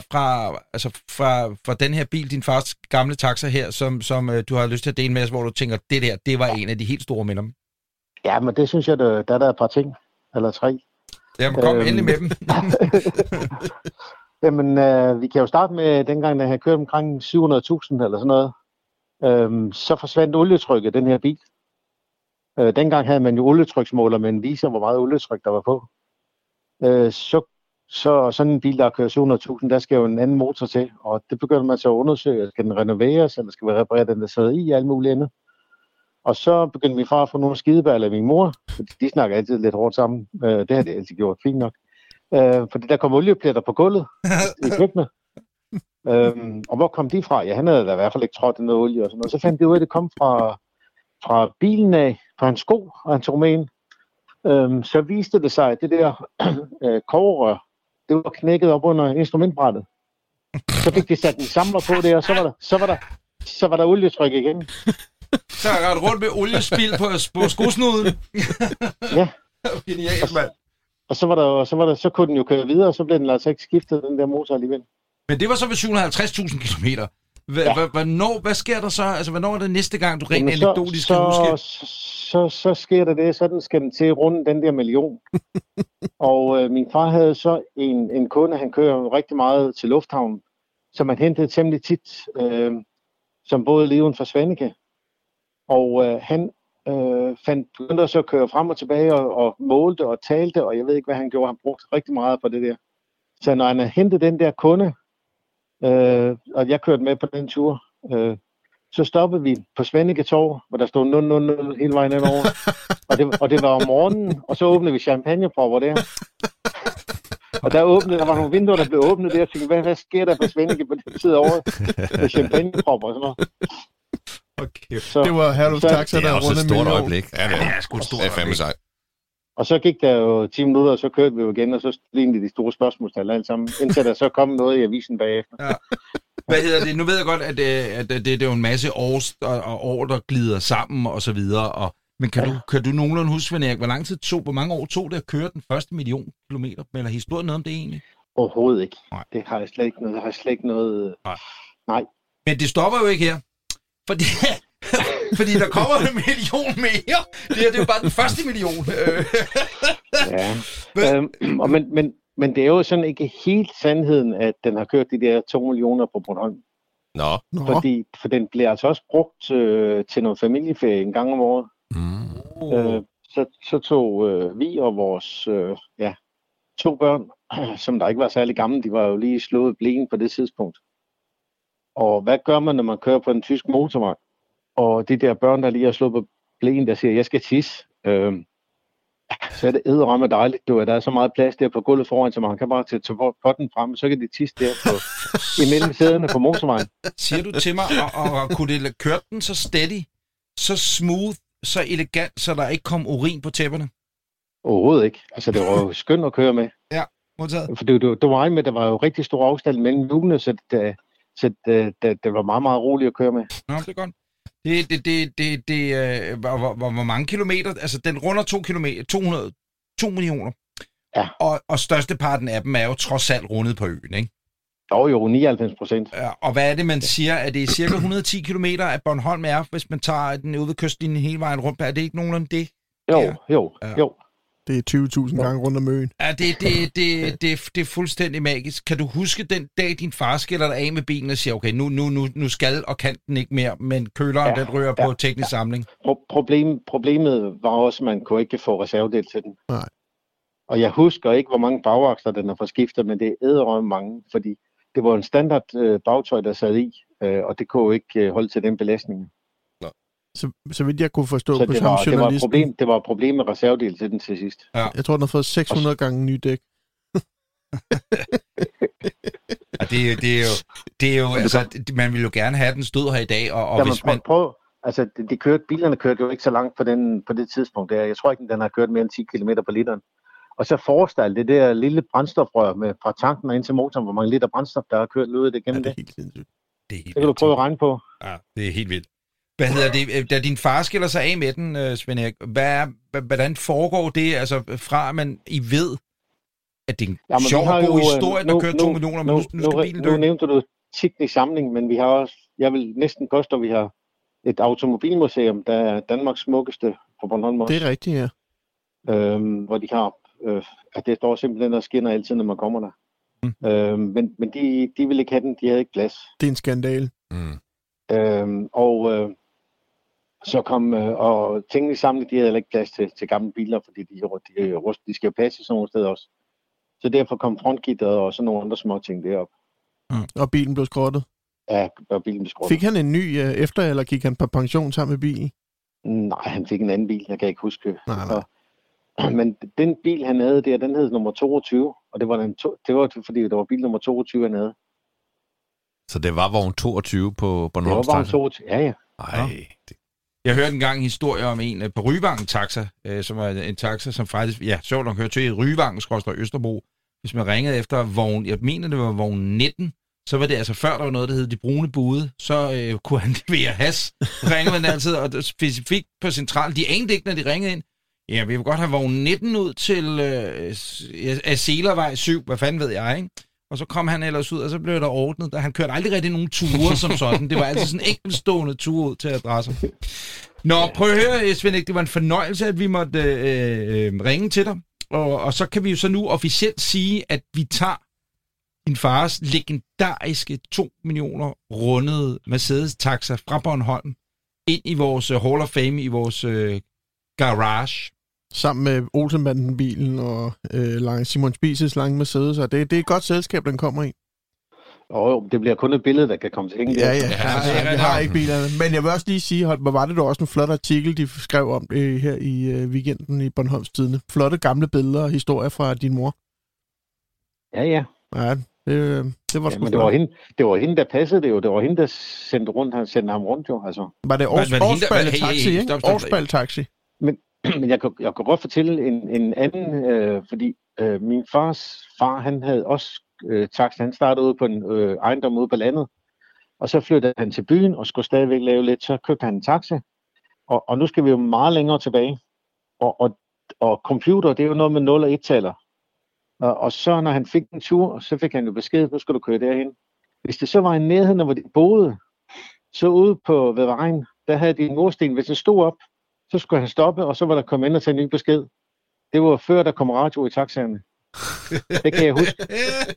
fra den her bil, din fars gamle taxa her, som du har lyst til at dele med os, hvor du tænker, det var en af de helt store minder? Ja, men det synes jeg, der er et par ting. Eller 3. Jamen, kom endelig med dem. Jamen, vi kan jo starte med, dengang, da jeg kørte omkring 700.000 eller sådan noget, så forsvandt olietrykket, den her bil. Dengang havde man jo olietryksmåler, men viser, hvor meget olietryk der var på. Så sådan en bil, der kører 700.000, der skal jo en anden motor til, og det begynder man så at undersøge. Skal den renoveres, eller skal vi reparere den, der sidder i alle mulige ender? Og så begyndte min far at få nogle skideballer af min mor, fordi de snakker altid lidt hårdt sammen. Det har de altid gjort fint nok. Fordi der kom oliepletter på gulvet i køkkenet. Og hvor kom de fra? Ja, han havde da i hvert fald ikke trådt i noget olie og sådan noget. Så fandt de ud af, at det kom fra bilen af, fra hans sko og hans roman. Så viste det sig, at det der kogerør, det var knækket op under instrumentbrættet. Så fik de sat en samler på det, og så var der olietryk igen. Så har jeg rundt med oliespil på skosnuden. Ja. Genialt, mand. Og så kunne den jo køre videre, og så blev den altså ikke skiftet, den der motor alligevel. Men det var så ved 750.000 kilometer. Hvad sker der så? Altså, hvornår er det næste gang, du rent anekdotisk skal huske? Så sker der det, sådan skal den til runde den der million. Og min far havde så en kunde, han kører rigtig meget til lufthavnen, som han hentede temmelig tit, som både Leon for Svanike. Og han begyndte så at køre frem og tilbage og målte og talte, og jeg ved ikke, hvad han gjorde. Han brugte rigtig meget på det der. Så når han hentede den der kunde, og jeg kørte med på den tur, så stoppede vi på Svanike Torv, hvor der stod 000 hele vejen indover. og det var om morgenen, og så åbnede vi champagnepropper der. Og der var nogle vinduer, der blev åbnet der, og jeg tænkte, hvad sker der på Svanike på den side over med champagnepropper og sådan noget. Okay. Så, det var Herlufs Taxa, der rundt et stort øjeblik. Ja, det er sgu et stort øjeblik. Og så gik der jo 10 minutter, og så kørte vi jo igen, og så lignede de store spørgsmålstal alle sammen, indtil der så kom noget i avisen bagefter. Ja. Hvad hedder det? Nu ved jeg godt, at det er jo en masse år, der glider sammen og så videre. Men kan du nogenlunde huske, Svend Erik, hvor mange år tog det at køre den første 1 million kilometer? Eller historien noget om det egentlig? Overhovedet ikke. Nej. Det har jeg slet ikke noget. Nej. Men det stopper jo ikke her. Fordi der kommer 1 million mere. Det er jo bare den første million. Ja. Men det er jo sådan ikke helt sandheden, at den har kørt de der 2 millioner på Bornholm. Nå. For den bliver altså også brugt til noget familieferie en gang om året. Så tog vi og vores 2 børn, som der ikke var særlig gamle, de var jo lige slået blæen på det tidspunkt. Og hvad gør man, når man kører på en tysk motorvej? Og de der børn, der lige har slået på blæen, der siger, jeg skal tisse. Så er det edderrømme dejligt. Der er så meget plads der på gulvet foran, så man kan bare tage potten frem, så kan de tisse der imellem sæderne på motorvejen. Siger du til mig, og kunne det køre den så steady, så smooth, så elegant, så der ikke kom urin på tæpperne? Overhovedet ikke. Altså, det var jo skønt at køre med. Ja, modtaget. For det var med, der var jo rigtig stor afstand mellem hjulene, så det var meget, meget roligt at køre med. Nå, det er godt. Hvor mange kilometer? Altså, den runder 2 millioner. Ja. Og størsteparten af dem er jo trods alt rundet på øen, ikke? Jo, 99%. Ja, og hvad er det, man siger? Er det cirka 110 kilometer, at Bornholm er, hvis man tager den ude ved kystlinjen hele vejen rundt? Er det ikke nogenlunde det? Jo. Det er 20.000 gange rundt om øen. Ja, det er fuldstændig magisk. Kan du huske den dag, din far skiller dig af med bilen og siger, okay, nu skal og kan den ikke mere, men køleren, den rører på teknisk samling? Problemet var også, at man kunne ikke få reservedel til den. Nej. Og jeg husker ikke, hvor mange bagaksler den har fået skiftet, men det er edderrømme mange, fordi det var en standard bagtøj, der sad i, og det kunne jo ikke holde til den belastning. Så vidt jeg kunne forstå så på som journalisten. Det var et problem med reservedel til den til sidst. Ja. Jeg tror, den har fået 600 gange nye dæk. Ja, det er jo altså, man vil jo gerne have den stod her i dag, og hvis man... Altså, bilerne kørte jo ikke så langt på det tidspunkt der. Jeg tror ikke, den har kørt mere end 10 km på literen. Og så forestil det der lille brændstofrør fra tanken og ind til motoren, hvor mange liter brændstof, der har kørt ud af det gennem det. Det er helt sindssygt. Det kan du prøve at regne på. Ja, det er helt vildt. Hvad hedder det? Da din far skiller sig af med den, Svend Erik, hvordan foregår det, altså fra man I ved, at det er en sjov og god historie, der kører 2 millioner, men nu skal bilen dø? Nu nævnte du teknisk samling, men vi har også, jeg vil næsten påstå, at vi har et automobilmuseum, der er Danmarks smukkeste på Bornholm også. Det er rigtigt, ja. Hvor de har, at det står simpelthen og skinner altid, når man kommer der. Men de ville ikke have den, de havde ikke plads. Det er en skandale. Så kom, og tingene samlet, de havde ikke plads til gamle biler, fordi de skal jo passe sådan nogle steder også. Så derfor kom frontgitteret og sådan nogle andre små ting derop. Og bilen blev skrottet? Ja, og bilen blev skrottet. Fik han en ny efter, eller gik han på pension sammen med bilen? Nej, han fik en anden bil, jeg kan ikke huske. Nej. Men den bil, han havde der, den hed nummer 22, og det var fordi det var bil nummer 22, han havde. Så det var vogn 22 på Bornholm? Det var vogn 22, ja. Ej. Jeg hørte engang en historie om en på Ryvangen taxa, som var en taxa, som faktisk, sjovt nok hørte til i Ryvangen, Østerbro. Hvis man ringede efter vogn, jeg mener det var vogn 19, så var det altså før der var noget, der hed de brune bude, så kunne han levere has. Ringede man altid, og specifikt på centralen, de anede ikke, når de ringede ind. Ja, vi vil godt have vogn 19 ud til Selervej 7, hvad fanden ved jeg, ikke? Og så kom han ellers ud, og så blev der ordnet. Han kørte aldrig rigtig nogen ture som sådan. Det var altid sådan en enkeltstående tur ud til adresser. Nå, prøv at høre, Svend Erik, det var en fornøjelse, at vi måtte ringe til dig. Og så kan vi jo så nu officielt sige, at vi tager din fars legendariske 2 millioner rundede Mercedes-taxa fra Bornholm ind i vores Hall of Fame, i vores garage. Sammen med Olsenbanden-bilen og Simon Spises lange Mercedes, og det er et godt selskab, den kommer i. Det bliver kun et billede, der kan komme til hænge. Ja, jeg har ikke bilerne. Men jeg vil også lige sige, hvor var det da også en flot artikel, de skrev om her i weekenden i Bornholms Tidende. Flotte gamle billeder og historier fra din mor. Ja. Ja, det var sgu men det var hende, der passede det jo. Det var hende, der sendte ham rundt jo. Altså. Var det Årsballe-taxi, ikke? Årsballe-taxi. Men jeg kan godt fortælle en anden, fordi min fars far, han havde også taxa. Han startede ude på en ejendom ude på landet, og så flyttede han til byen og skulle stadigvæk lave lidt. Så købte han en taxa, og nu skal vi jo meget længere tilbage. Og computer, det er jo noget med 0 og 1-taller. Og så når han fik en tur, så fik han jo besked, nu skal du køre derhen. Hvis det så var i nærheden, hvor de boede, så ude ved vejen, der havde de en mursten. Hvis den stod op, så skulle han stoppe, og så var der kommet ind og tage en ny besked. Det var før, der kom radio i taxaerne. Det kan jeg huske.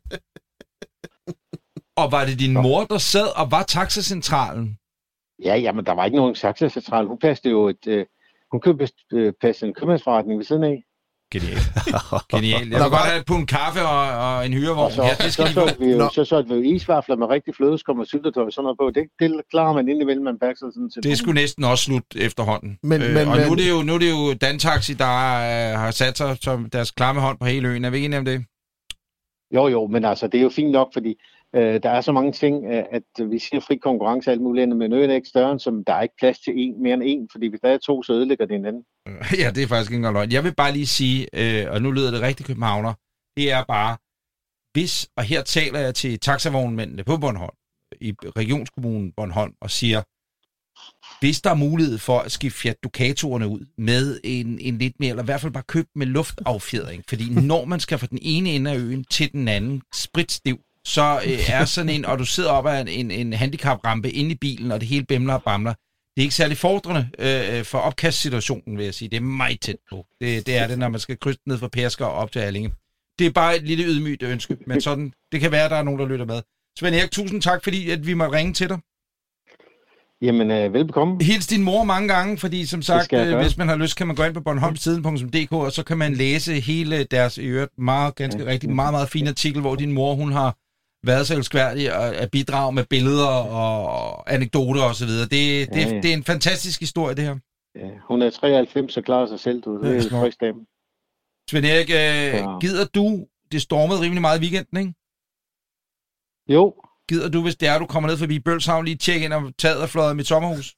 Og var det din mor, der sad og var taxacentralen? Ja, men der var ikke nogen taxacentral. Hun passede jo hun passede en købmandsforretning ved siden af. Genialt. Jeg vil godt have på en kaffe og en hyrevogn. Så solgte vi jo isvafler med rigtig flødeskum og syltetøj og sådan noget på. Det klarer man indimellem, man bakker sådan til. Det skulle næsten også slut efterhånden. Men nu er det jo Dantaxi, der har sat sig som deres klamme hånd på hele øen. Er vi enige om det? Jo, men altså, det er jo fint nok, fordi der er så mange ting, at vi siger fri konkurrence og alt muligt, men øen er ikke større, som der er ikke plads til mere end en, fordi hvis der er 2, så ødelægger det hinanden. Ja, det er faktisk ikke engang løgn. Jeg vil bare lige sige, og nu lyder det rigtig københavner, det er bare, og her taler jeg til taxavognmændene på Bornholm, i regionskommunen Bornholm, og siger, hvis der er mulighed for at skifte Fiat Ducatoerne ud med en lidt mere, eller i hvert fald bare købe med luftaffjedring, fordi når man skal fra den ene ende af øen til den anden spritstiv, så er sådan en, og du sidder op ad en handicaprampe inde i bilen, og det hele bimler og bamler. Det er ikke særlig fordrende for opkastsituationen, vil jeg sige. Det er meget tæt på. Det er det, når man skal krydse ned fra Pærsker og op til Allinge. Det er bare et lille ydmygt ønske, men sådan, det kan være, at der er nogen, der lytter med. Svend Erik, tusind tak, fordi at vi må ringe til dig. Jamen, velbekomme. Hils din mor mange gange, fordi som sagt, hvis man har lyst, kan man gå ind på bornholmstiden.dk, og så kan man læse hele deres i øvrigt meget, ganske rigtig, meget, meget fin artikel, hvor din mor, hun har været så elskværdig at bidrage med billeder og anekdoter og så videre. Det er en fantastisk historie, det her. Ja, hun er 93 og klarer sig selv, du. Det er en fristemme. Svend Erik, gider du, det stormede rimelig meget i weekenden, ikke? Jo. Gider du, hvis det er, du kommer ned forbi Bølshavn, lige tjekke ind og taget og fløjet mit sommerhus?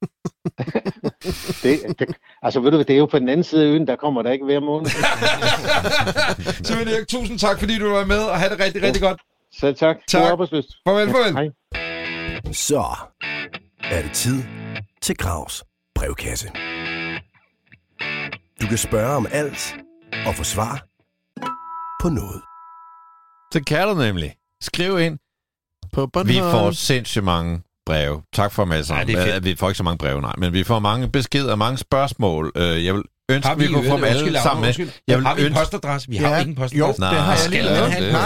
Altså ved du, det er jo på den anden side af øen, der kommer der ikke hver måned. Svend Erik, tusind tak, fordi du var med, og have det rigtig, rigtig godt. Selv tak. Tak. God arbejdsløst. Farvel. Hej. Så er det tid til Gravs brevkasse. Du kan spørge om alt og få svar på noget. Det kan du nemlig. Skriv ind. På vi får sindssygt mange breve. Tak for dem alle sammen. Ja, vi får ikke så mange breve, nej. Men vi får mange beskeder, mange spørgsmål. Jeg vil ønske, vi kunne få dem alle sammen med. Har vi en postadresse? Vi har ikke en postadresse. Jo, det har jeg lige lavet.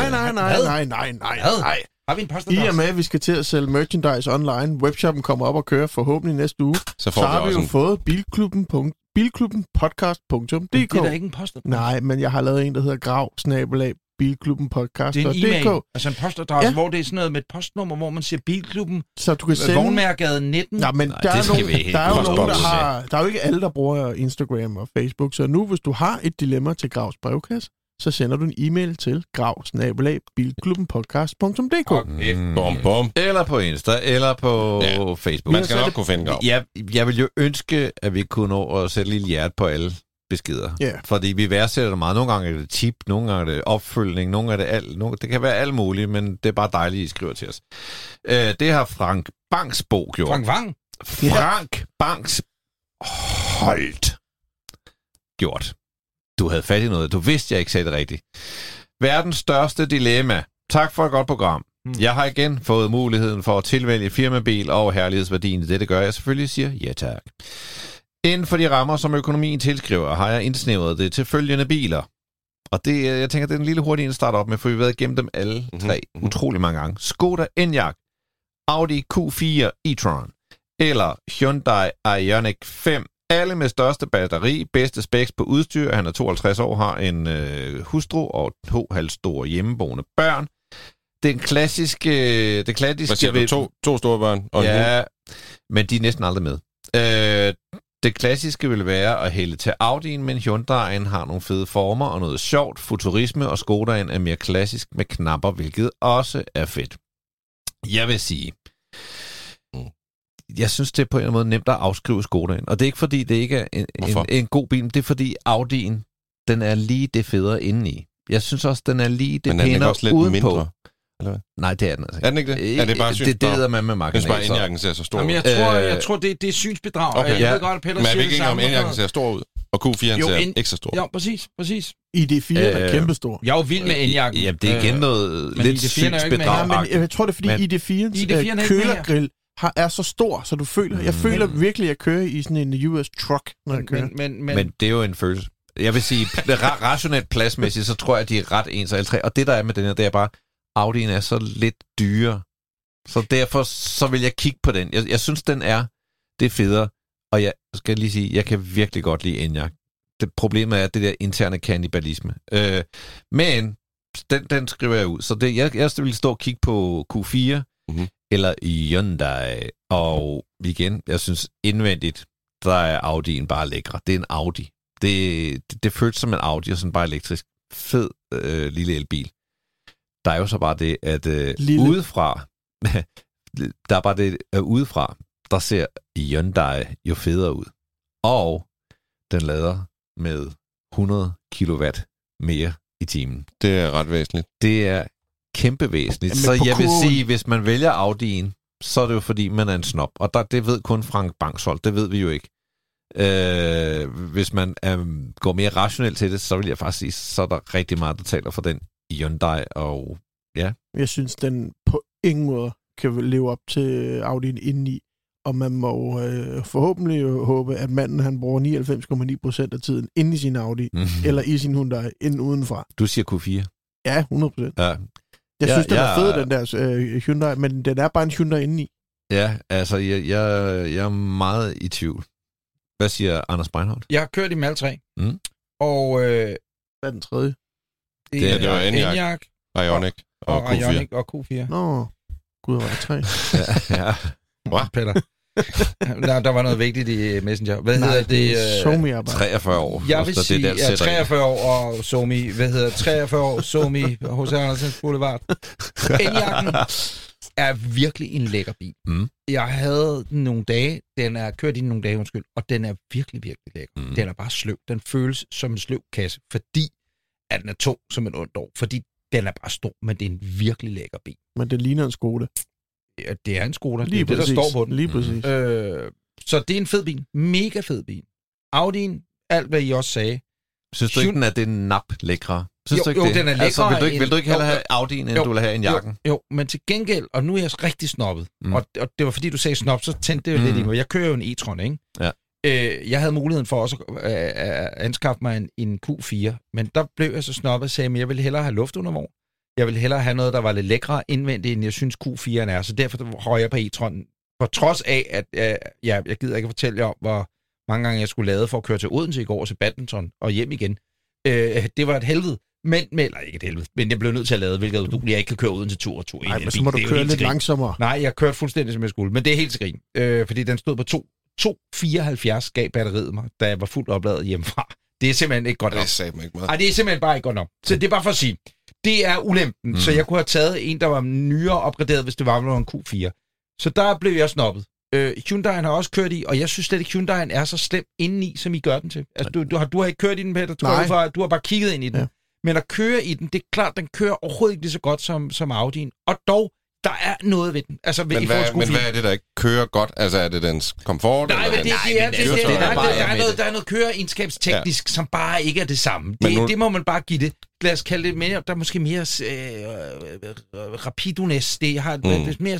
Nej. Har vi en postadresse? I og med, at vi skal til at sælge merchandise online, webshoppen kommer op og kører forhåbentlig næste uge, så har vi jo fået bilklubbenpodcast.dk. Det er da ikke en postadresse. Nej, men jeg har lavet en, der hedder grav@bilklubbenpodcast.dk. Det er en e-mail, altså en postadresse, hvor det er sådan noget med et postnummer, hvor man siger Bilklubben, så du kan sende Vognmærkegade 19. Ja, men der er jo ikke alle, der bruger Instagram og Facebook, så nu, hvis du har et dilemma til Gravs brevkasse, så sender du en e-mail til grav@bilklubbenpodcast.dk. Eller på Insta, eller på Facebook. Man skal nok kunne finde Grav. Jeg vil jo ønske, at vi kunne nå at sætte et lille hjerte på alle beskeder. Yeah. Fordi vi værdsætter det meget. Nogle gange er det tip, nogle gange er det opfølgning, nogle gange er det det kan være alt muligt, men det er bare dejligt, at I skriver til os. Det har Frank Bangsbo gjort. Frank Bangs Holdt gjort. Du havde fat i noget. Du vidste, jeg ikke sagde det rigtigt. Verdens største dilemma. Tak for et godt program. Jeg har igen fået muligheden for at tilvælge firmabil og herlighedsværdien. Det gør jeg selvfølgelig, siger ja tak. Inden for de rammer, som økonomien tilskriver, har jeg indsnævret det til følgende biler. Og det, jeg tænker, det er en lille hurtig start op med, for vi har været igennem dem alle tre utrolig mange gange. Skoda Enyaq, Audi Q4 e-tron eller Hyundai Ioniq 5. Alle med største batteri, bedste specs på udstyr. Han er 52 år, har en hustru og 2 halvstore hjemmeboende børn. Det klassiske... Hvad siger du? To store børn? Og men de er næsten aldrig med. Det klassiske vil være at hælde til Audi'en, men Hyundai'en har nogle fede former og noget sjovt. Futurisme og Skoda'en er mere klassisk med knapper, hvilket også er fedt. Jeg vil sige... Jeg synes, det er på en måde nemt at afskrive Skoda'en. Og det er ikke, fordi det ikke er en god bil. Det er, fordi Audi'en, den er lige det federe indeni. Jeg synes også, den er lige det pænere udenpå. Men den er også lidt mindre, eller hvad? Nej, det er den altså ikke. Er den ikke det? Er det bare synsbedrag? Det er man med marginal. Jeg synes bare, Enyaq'en ser så stor ud. Jeg tror det er synsbedrag. Okay. Jeg ved godt, at Peter siger det ikke om Enyaq'en ser stor ud, og Q4'en ser ikke så stor. Ja, præcis. ID4 er kæmpestor. Jeg er jo vild med Enyaq'en. Jamen, det er igen noget lidt synsbedrag. Men jeg tror, det er fordi ID4'ens kølergrill er så stor, så du føler... Jeg føler virkelig, at jeg kører i sådan en US truck, når jeg kører. Men det er jo en følelse. Jeg vil sige, rationelt pladsmæssigt, så tror jeg, at de er ret ens af alle tre. Og det, der er med den her, det er bare, Audi'en er så lidt dyre. Så derfor så vil jeg kigge på den. Jeg synes, det er federe. Og jeg skal lige sige, jeg kan virkelig godt lide Enyaq. Det problemet er det der interne kannibalisme. Men den skriver jeg ud. Så jeg vil stå og kigge på Q4 eller Hyundai. Og igen, jeg synes indvendigt, der er Audi'en bare lækre. Det er en Audi. Det føles som en Audi, og sådan bare elektrisk. Fed lille elbil. Der er jo så bare det, at udefra, der er bare det, udefra, der ser Hyundai jo federe ud. Og den lader med 100 kilowatt mere i timen. Det er ret væsentligt. Det er kæmpe væsentligt. Så jeg vil sige, hvis man vælger Audi'en, så er det jo fordi, man er en snob. Og det ved kun Frank Bangsholt, det ved vi jo ikke. Hvis man går mere rationelt til det, så vil jeg faktisk sige, så er der rigtig meget, der taler for den Hyundai, og ja. Jeg synes, den på ingen måde kan leve op til Audi'en indeni, og man må forhåbentlig håbe, at manden han bruger 99,9% af tiden inde i sin Audi, eller i sin Hyundai, inden udenfra. Du siger Q4? Ja, 100%. Ja. Jeg synes, den er fed, den der Hyundai, men den er bare en Hyundai indeni. Ja, altså, jeg er meget i tvivl. Hvad siger Anders Breinholt? Jeg har kørt i dem alle tre. Og hvad er den tredje? Det var Enyaq. Ioniq og Q4. Ioniq og Q4. Nå, gud, var det 3. Ja. Peter. Der var noget vigtigt i Messenger. Hvad hedder det? Somi-arbejde. 43 år. Jeg vil sige, det der 43 år og Somi. 43 år Somi hos Andersens Boulevard. N-jakken er virkelig en lækker bil. Jeg havde den nogle dage. Den er kørt i nogle dage, og den er virkelig, virkelig lækker. Den er bare sløv. Den føles som en sløv kasse, fordi at den er tung som en ondt år. Fordi den er bare stor, men det er en virkelig lækker bil. Men det ligner en Skoda. Ja, det er en Skoda. Lige det er det, der står på den. Lige præcis. Så det er en fed bil. Mega fed bil. Audi'en, alt hvad I også sagde. Synes du ikke, at det er nap lækre? Synes du ikke jo, det? Den er lækre. Vil du ikke hellere have Audi'en, end du vil have en jakken? Jo, men til gengæld, og nu er jeg rigtig snobbet, og det var fordi, du sagde snop, så tændte det jo lidt i mig. Jeg kører jo en e-tron, ikke? Ja. Jeg havde muligheden for også at anskaffe mig en Q4, men der blev jeg så snobbet og sagde, at jeg ville hellere have luftundervogn. Jeg ville hellere have noget, der var lidt lækre indvendigt, end jeg synes Q4'en er. Så derfor højer jeg på e-tronen. På trods af, at jeg gider ikke fortælle jer om, hvor mange gange jeg skulle lade for at køre til Odense i går og til badminton og hjem igen. Det var et helvede. Eller ikke et helvede, men jeg blev nødt til at lade, hvilket jeg ikke kan køre Odense tur og tur. Nej, men så må du køre lidt langsommere. Nej, jeg kørte fuldstændig, som jeg skulle. Men det er helt til grin. Fordi den stod på 2,74 gav batteriet mig, da jeg var fuldt opladet hjemmefra. Det er simpelthen ikke godt nok. Det er ikke meget. Nej, det er simpelthen bare ikke godt nok. Så det er bare for at sige, det er ulempen. Så jeg kunne have taget en, der var nyere opgraderet, hvis det var en Q4. Så der blev jeg snobbet. Hyundai'en har også kørt i, og jeg synes slet ikke, Hyundai'en er så slem indeni, som I gør den til. Altså, du har ikke kørt i den, Peter. Du har bare kigget ind i den. Ja. Men at køre i den, det er klart, den kører overhovedet ikke lige så godt som Audi'en. Og dog, der er noget ved den. Altså, men hvad er det, der ikke kører godt? Altså, er det dens komfort? Nej, men der er noget køreegenskabsteknisk, som bare ikke er det samme. Det må man bare give det. Lad os kalde det mere, der er måske mere rapidones. Det har lidt mere,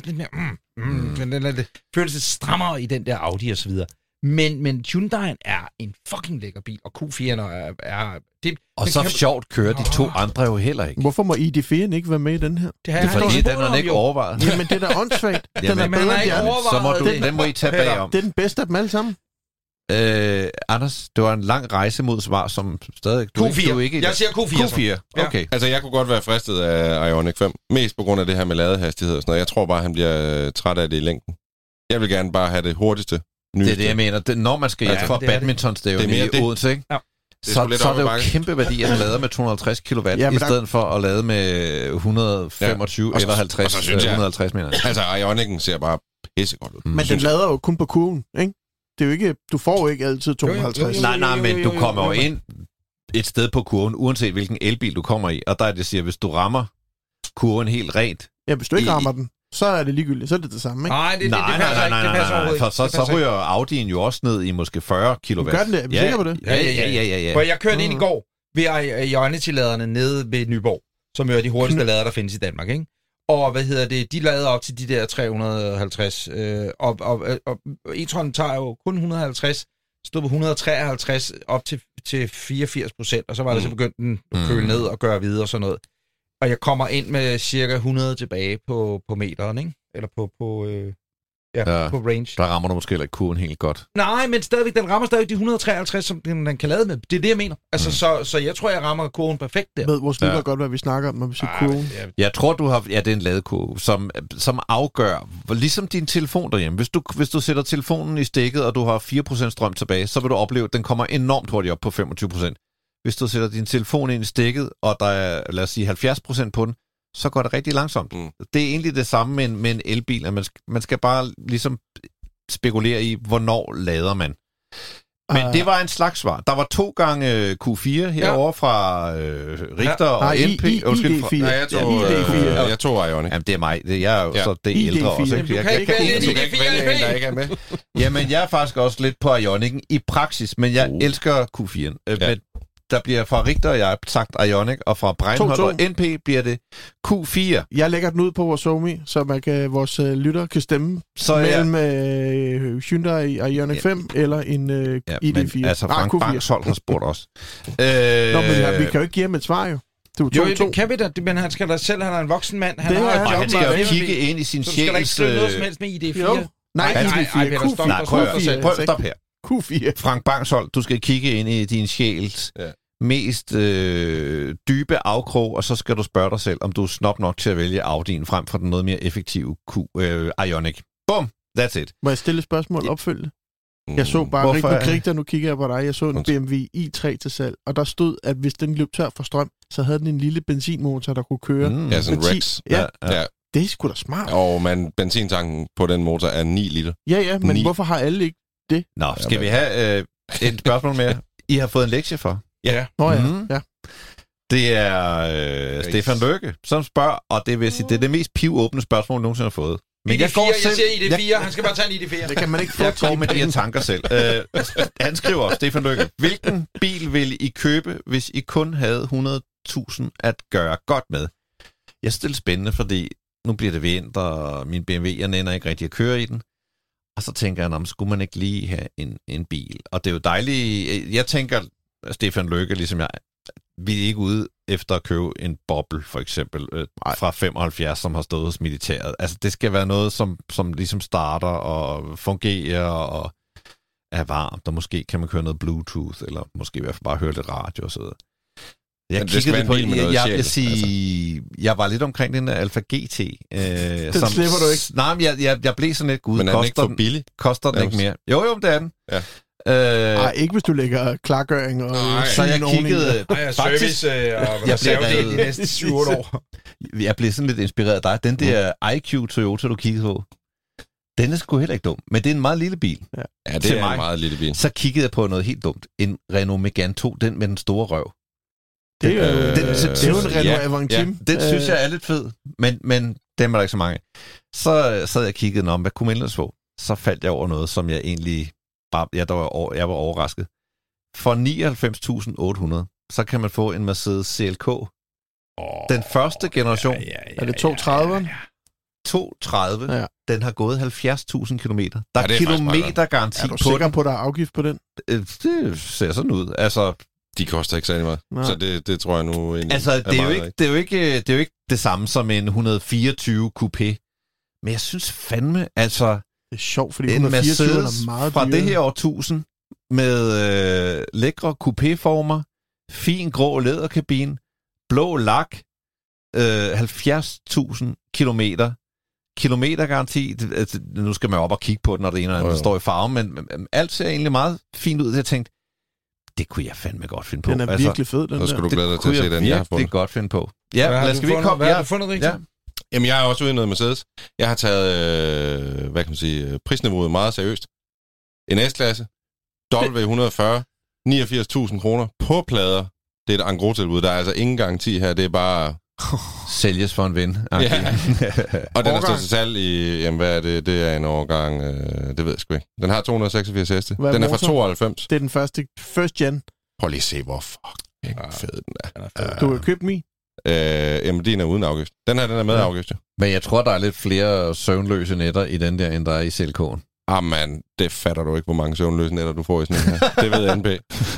det føles lidt strammere i den der Audi og så videre. Men Hyundai'en er en fucking lækker bil, og Q4'en er det. Og så sjovt kører de to andre jo heller ikke. Hvorfor må ID4'en ikke være med i den her? Det er fordi, den har ikke overvejet. Jamen, det er da åndssvagt. Den er bedre end de andre. Så må den må I tage bagom. Det er den bedste af dem alle sammen. Anders, det var en lang rejse mod svar, som stadig... Q4. Jeg siger Q4. Okay. Altså, jeg kunne godt være fristet af Ioniq 5. Mest på grund af det her med ladehastighed og sådan noget. Jeg tror bare, han bliver træt af det i længden. Jeg vil gerne bare have det hurtigste. Nyeste. Det er det, jeg mener. Når man skal for badmintonstævne i Odense, ikke? Ja. Så er det jo kæmpe værdi, at man lader med 250 kW, i stedet for at lade med 125 eller 50, 150 meter. Altså, Ionic'en ser bare pissegodt ud. Men den lader jo kun på kurven, ikke? Det er jo ikke, du får jo ikke altid 250. Nej, men du kommer jo ind et sted på kurven, uanset hvilken elbil du kommer i. Og der er det, siger, hvis du rammer kurven helt rent... Ja, hvis du ikke rammer den, så er det ligegyldigt. Så er det samme, ikke? Nej, det passer ikke. For så ryger Audi'en jo også ned i måske 40 kW. Gør den det? Er vi sikre på det? Ja. For jeg kørte ind i går ved Ionity-laderne nede ved Nyborg, som er de hurtigste lader, der findes i Danmark, ikke? Og de lader op til de der 350. Og e-tronen tager jo kun 150, stod på 153 op til 84%, og så var det så begyndt den at køle ned og gøre videre og sådan noget. Og jeg kommer ind med cirka 100 tilbage på meteren, ikke? Eller på range. Der rammer du måske ikke kurven helt godt. Nej, men stadigvæk, den rammer stadigvæk de 153, som den kan lade med. Det er det, jeg mener. Altså, så jeg tror, jeg rammer kurven perfekt der. Ved vores lytter godt, hvad vi snakker om, når vi siger kurven? Jeg tror, du har... Ja, det er en ladekurve, som afgør... Ligesom din telefon derhjemme. Hvis du sætter telefonen i stikket, og du har 4% strøm tilbage, så vil du opleve, at den kommer enormt hurtigt op på 25%. Hvis du sætter din telefon ind i stikket, og der er, lad os sige, 70% på den, så går det rigtig langsomt. Det er egentlig det samme med en elbil, at man skal bare ligesom spekulere i, hvornår lader man. Men det var en slags svar. Der var 2 gange Q4 herovre fra Richter og NP. Jeg tog Ioniq. Jamen, det er mig. Jeg er jo så det ældre også. Du kan ikke vælge en, der ikke er med. Jamen, jeg er faktisk også lidt på Ionic'en i praksis, men jeg elsker Q4'en. Men der bliver fra Richter og jeg sagt Ioniq, og fra Breinholt og NP bliver det Q4. Jeg lægger den ud på vores Somi, så vores lytter kan stemme mellem Hyundai Ioniq 5 eller en ID4. Altså, Frank Bangsholt har spurgt os. Nå, men vi kan jo ikke give ham et svar, jo. Det kan vi da, men han skal da selv, han er en voksen mand. Han skal jo kigge ind i sin sjæls... Så skal der ikke skrive noget som helst med ID4? Jo. Nej, Prøv stop her. Q4. Frank Bangsholt, du skal kigge ind i din sjæls mest dybe afkrog, og så skal du spørge dig selv, om du er snop nok til at vælge Audi'en frem for den noget mere effektive Ioniq. Bum! That's it. Må jeg stille et spørgsmål opfølgende? Jeg så bare rigtig, nu kigger jeg på dig, jeg så en BMW i3 til salg, og der stod, at hvis den løb tør for strøm, så havde den en lille benzinmotor, der kunne køre. Ja, sådan en Rex. Ja. Det er sgu da smart. Men benzintanken på den motor er 9 liter. Ja, men hvorfor har alle ikke det? Nå, skal vi have et spørgsmål mere? I har fået en lektie for. Ja. Ja. Det er Stefan Løkke, som spørger, og det vil sige, det er det mest pivåbne spørgsmål, nogensinde har fået. Men jeg siger ID4, han skal bare tage en ID4. Det kan man ikke få. Jeg går med de her tanker selv. Han skriver, Stefan Løkke, hvilken bil ville I købe, hvis I kun havde 100.000 at gøre godt med? Jeg stiller spændende, fordi nu bliver det vinter, og min BMW, jeg nænder ikke rigtig at køre i den. Og så tænker jeg, skulle man ikke lige have en bil? Og det er jo dejligt. Jeg tænker, Stefan Løkke, ligesom jeg, vi er ikke ude efter at købe en boble, for eksempel, fra 75, som har stået hos militæret. Altså, det skal være noget, som ligesom starter og fungerer og er varmt, og måske kan man køre noget Bluetooth, eller måske i hvert fald bare høre lidt radio og så videre. Jeg kiggede på jeg var lidt omkring den der Alfa GT. Den slipper du ikke. Nej, men jeg blev sådan lidt gud. Men er den ikke for billig? Koster den ikke mere? Jo, det er den. Ja. Ikke hvis du lægger klargøring og så jeg kiggede service og reservedel de næste 7-8 år. Jeg blev sådan lidt inspireret af dig. Den der IQ Toyota, du kiggede på, den er sgu heller ikke dum, men det er en meget lille bil. Ja, det er en meget lille bil. Så kiggede jeg på noget helt dumt. En Renault Megane 2, den med den store røv. Det er jo en Renault Avantime. Den synes jeg er lidt fed, men dem er der ikke så mange. Så sad jeg og kiggede om, hvad kunne man ellers få? Så faldt jeg over noget, som jeg egentlig bare, jeg var overrasket. For 99.800, så kan man få en Mercedes CLK. Den første generation. Er det 230'eren? 230. Ja. Den har gået 70.000 kilometer. Der er kilometergaranti på den. Er du sikker på, at der er afgift på den? Det ser sådan ud. Altså, de koster ikke særlig meget. Nej. Så det tror jeg nu egentlig det er jo ikke det samme som en 124 coupé. Men jeg synes fandme, altså, det er sjovt, fordi 124 er meget fra dyre. det her årtusind med lækre coupéformer, fin grå læderkabine, blå lak, 70.000 kilometer. Kilometergaranti, nu skal man op og kigge på den, når det ene eller andet står i farven, men alt ser egentlig meget fint ud. Jeg tænkte, det kunne jeg fandme godt finde på. Den er virkelig fed, den der. Så skulle du glæde dig til at se den, jeg har fundet. Det godt finde på. Ja, skal vi komme? Hvad har du fundet, Rigtig? Ja. Jamen, jeg er også ude i noget Mercedes. Jeg har taget, prisniveauet meget seriøst. En S-klasse, W140, 89.000 kroner på plader. Det er et engros-tilbud. Der er altså ingen garanti her. Det er bare sælges for en ven. Okay. Ja. Og den er stået til salg i, jamen hvad er det? Det er en årgang, det ved jeg sgu ikke. Den har 286 heste. Den er fra 92. Det er den first gen. Prøv lige at se, hvor fucking fed den er. Du har købt min? Jamen, din er uden afgift. Den her, den er med afgift, ja. Men jeg tror, der er lidt flere søvnløse nætter i den der, end der er i CLK'en. Man, det fatter du ikke, hvor mange søvnløse nætter du får i sådan en her. Det ved NB.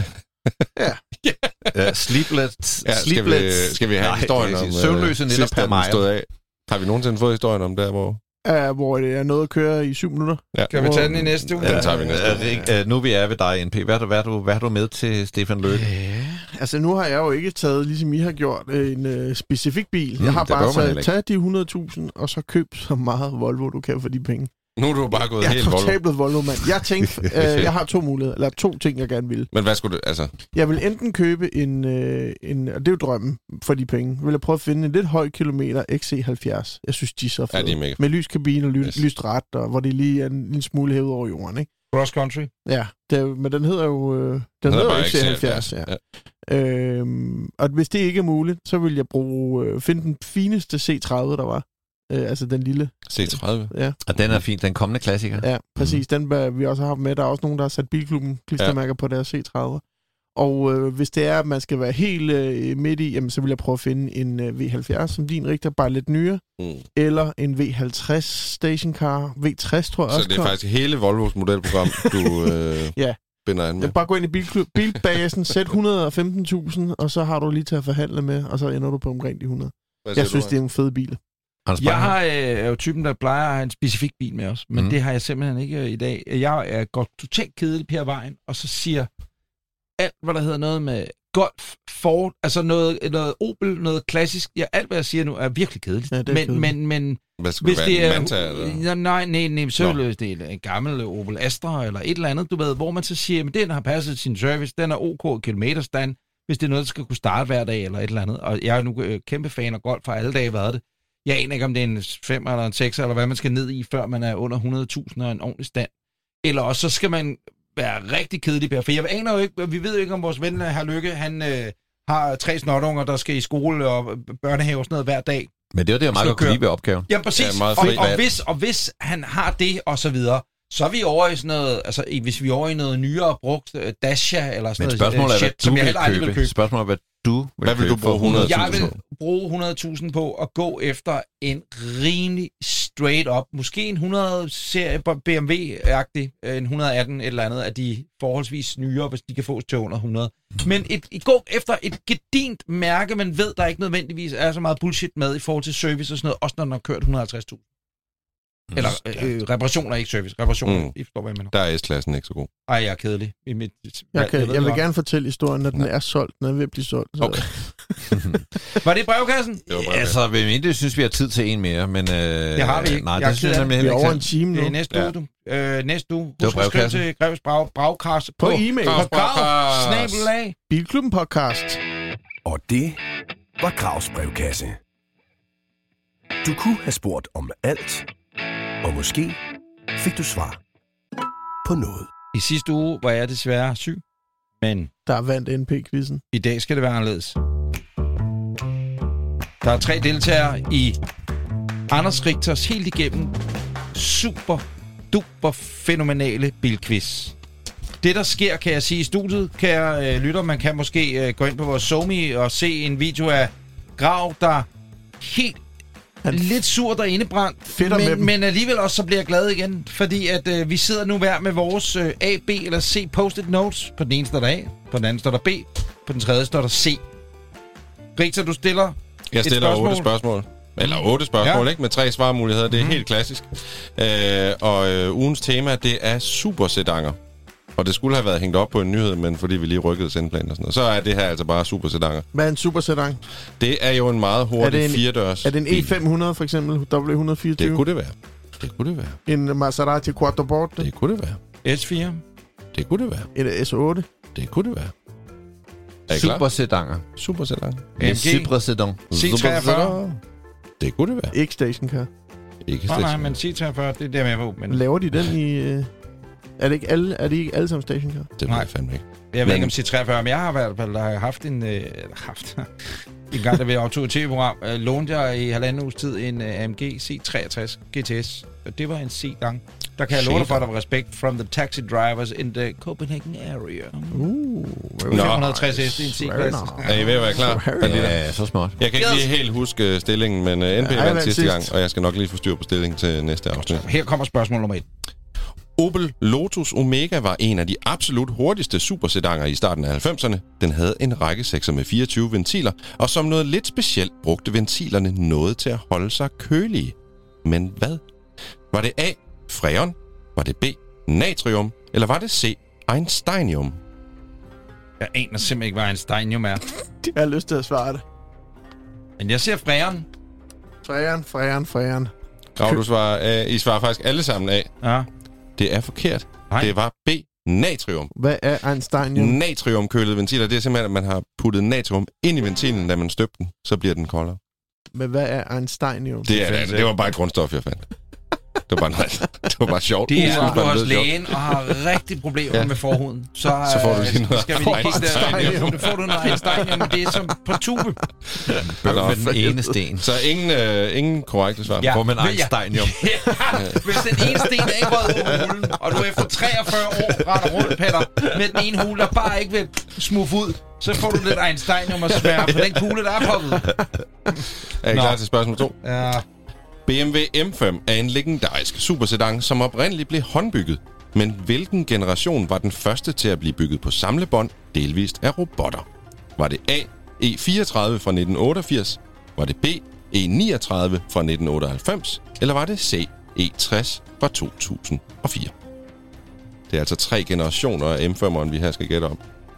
Ja. Sleeplets. Ja, skal vi have historien om søvnløse nætter per mig? Har vi nogensinde fået historien om der, hvor det er noget at køre i 7 minutter? Ja. Kan vi tage den i næste uge? Ja, den tager vi næste uge. Nu vi er ved dig, NP. Hvad er du med til Stefan Løkke? Altså, nu har jeg jo ikke taget, ligesom I har gjort, en specifik bil. Jeg har bare taget de 100.000, og så købt så meget Volvo, du kan for de penge. Nu er du bare gået helt Volvo. Jeg er totalt blevet Volvo-mand. Jeg tænkte, jeg har 2 muligheder, eller 2 ting, jeg gerne ville. Men hvad skulle du, altså? Jeg vil enten købe en og det er jo drømmen for de penge, vil jeg prøve at finde en lidt høj kilometer XC70. Jeg synes, de er så fede. Ja, de er mega. Med lyskabine og lyst ret, og hvor det lige er en smule hævet over jorden, ikke? Cross country? Ja, men den hedder jo den hedder XC70, ja. Og hvis det ikke er muligt, så vil jeg finde den fineste C30, der var. Altså den lille. C30? Ja. Og den er fin, den kommende klassiker. Ja, præcis. Den vi også har haft med. Der er også nogen, der har sat Bilklubben klistermærker på deres C30. Og hvis det er, at man skal være helt midt i, jamen, så vil jeg prøve at finde en V70, som din rigtig bare lidt nyere. Eller en V50 stationcar. V60 tror jeg også. Så det er faktisk hele Volvos modelprogram, du binder an med? Bare gå ind i bilbasen, sæt 115.000, og så har du lige til at forhandle med, og så ender du på omkring de 100. Jeg synes, det er en fed bil. Jeg er jo typen, der plejer at have en specifik bil med os, men det har jeg simpelthen ikke i dag. Jeg er godt totalt kedelig per vejen, og så siger alt, hvad der hedder noget med Golf, Ford, altså noget Opel, noget klassisk. Ja, alt hvad jeg siger nu er virkelig kedeligt. Ja, men hvad skulle hvis det være, det Manta, eller? Nej, så er det en gammel Opel Astra eller et eller andet, du ved, hvor man så siger, men den har passet sin service, den er OK kilometerstand, hvis det er noget, der skal kunne starte hver dag eller et eller andet. Og jeg er nu kæmpe fan af Golf, for alle dage været det. Jeg aner ikke, om det er en 5 eller en 6, eller hvad man skal ned i, før man er under 100.000 og en ordentlig stand. Eller også så skal man være rigtig kedelig, Per. For jeg aner jo ikke, vi ved jo ikke, om vores ven her Lykke, han har 3 snotunger, der skal i skole og børnehave og sådan noget hver dag. Men det er jo det, jeg meget godt kunne lide ved opgaven. Ja, præcis. Ja, og hvis han har det, og så videre, så er vi over i sådan noget, altså hvis vi er over i noget nyere brugt Dacia eller sådan noget. Men spørgsmålet er, som jeg heller aldrig vil købe. Spørgsmålet er, hvad vil du bruge 100.000 Jeg vil bruge 100.000 på at gå efter en rimelig straight up, måske en 100-serie BMW-agtig, en 118 eller andet af de forholdsvis nyere, hvis de kan fås til under 100. Men gå efter et gedint mærke, man ved, der ikke nødvendigvis er så meget bullshit med i forhold til service og sådan noget, også når den har kørt 150.000. Eller reparationer, ikke service. Reparationer, I forstår, hvad jeg mener. Der er S-klassen ikke så god. Ej, jeg er kedelig. Jeg vil gerne fortælle historien, når den er solgt. Den er ved at blive solgt. Så. Okay. Var det brevkassen? Ja, så ved mindre synes vi har tid til en mere, men... det har vi ikke. Nej, det synes jeg nemlig heller ikke. Vi er over en time nu. Det er næste uge, du. Næste uge. Det var brevkassen. Til Greves Bragkast på e-mail. Grav, Bilklubben podcast. Og det var Gravs brevkasse. Du kunne have spurgt om alt, og måske fik du svar på noget. I sidste uge var jeg desværre syg, men... Der er vandt NP-quizzen. I dag skal det være anderledes. Der er 3 deltagere i Anders Richters helt igennem super duper fænomenale bilquiz. Det, der sker, kan jeg sige i studiet, kære lytter, man kan måske gå ind på vores SoMe og se en video af Grav, der helt lidt surt og indebrændt, men alligevel også så bliver jeg glad igen, fordi at vi sidder nu hver med vores A, B eller C post-it notes. På den ene står der A, på den anden står der B, på den tredje står der C. Richter, du stiller Jeg stiller 8 spørgsmål. Eller 8 spørgsmål, ja. Ikke? Med 3 svarmuligheder. Det er helt klassisk. Ugens tema, det er supersedanger. Og det skulle have været hængt op på en nyhed, men fordi vi lige rykkede sendeplanen og sådan noget, så er det her altså bare supersedanger. Hvad er en supersedan? Det er jo en meget hurtig 4-dørs Er det en E500 for eksempel? W124? Det kunne det være. Det kunne det være. En Maserati Quattroporte? Det kunne det være. S4? Det kunne det være. Et S8? Det kunne det være. Er I Supersedanger. Supersedanger. En supersedan. C43? Det kunne det være. Ikke stationcar. Ikke Nej, men C43, det er der med på. Men... Laver de den i... Er det ikke alle sammen stationcar? Det ved jeg fandme ikke. Jeg ved ikke om C43, men jeg har i hvert fald haft en gang, der ved jeg tog et tv-program, lånte jeg i 1,5 uges tid en AMG C63 GTS. Det var en C-gang. Der kan jeg love dig for, at der var respekt from the taxi drivers in the Copenhagen area. 560 S, det er en C-klasse. Er I ved at være klar? Ja, så smart. Jeg kan ikke lige helt huske stillingen, men NP vandt sidste gang, og jeg skal nok lige få styr på stillingen til næste afsnit. Her kommer spørgsmål nummer 1. Opel Lotus Omega var en af de absolut hurtigste supersedanger i starten af 90'erne. Den havde en række 6'er med 24 ventiler, og som noget lidt specielt brugte ventilerne noget til at holde sig kølige. Men hvad? Var det A. Freon? Var det B. Natrium? Eller var det C. Einsteinium? Jeg aner simpelthen ikke, hvad Einsteinium er. Jeg har lyst til at svare det. Men jeg siger Freon. Freon. Grav, du svarer, I svarer faktisk alle sammen A. Ja. Det er forkert. Nej. Det var B. Natrium. Hvad er Einsteinium? Natriumkølede ventiler, det er simpelthen, at man har puttet natrium ind i ventilen, da man støbte den. Så bliver den koldere. Men hvad er Einsteinium? Det var bare et grundstof, jeg fandt. Det var bare sjovt. Det er du hos lægen og har rigtig problemer med forhuden. Så får du lige noget skal vi lige kigge der. Så får du noget Einsteinium, men det er som på tube. Med den ene sten. Så ingen korrekte svar. Får man Einsteinium. Hvis den ene sten er ikke rød ud af hulen, og du efter 43 år render rundt, Peter, med den ene hule, der bare ikke vil smuffe ud, så får du lidt Einsteinium og smager på den kugle, der er poppet. Er I klar til spørgsmål 2? Ja. BMW M5 er en legendarisk supersedan, som oprindeligt blev håndbygget. Men hvilken generation var den første til at blive bygget på samlebånd, delvist af robotter? Var det A. E34 fra 1988? Var det B. E39 fra 1998? Eller var det C. E60 fra 2004? Det er altså 3 generationer af M5'eren, vi her skal gætte om.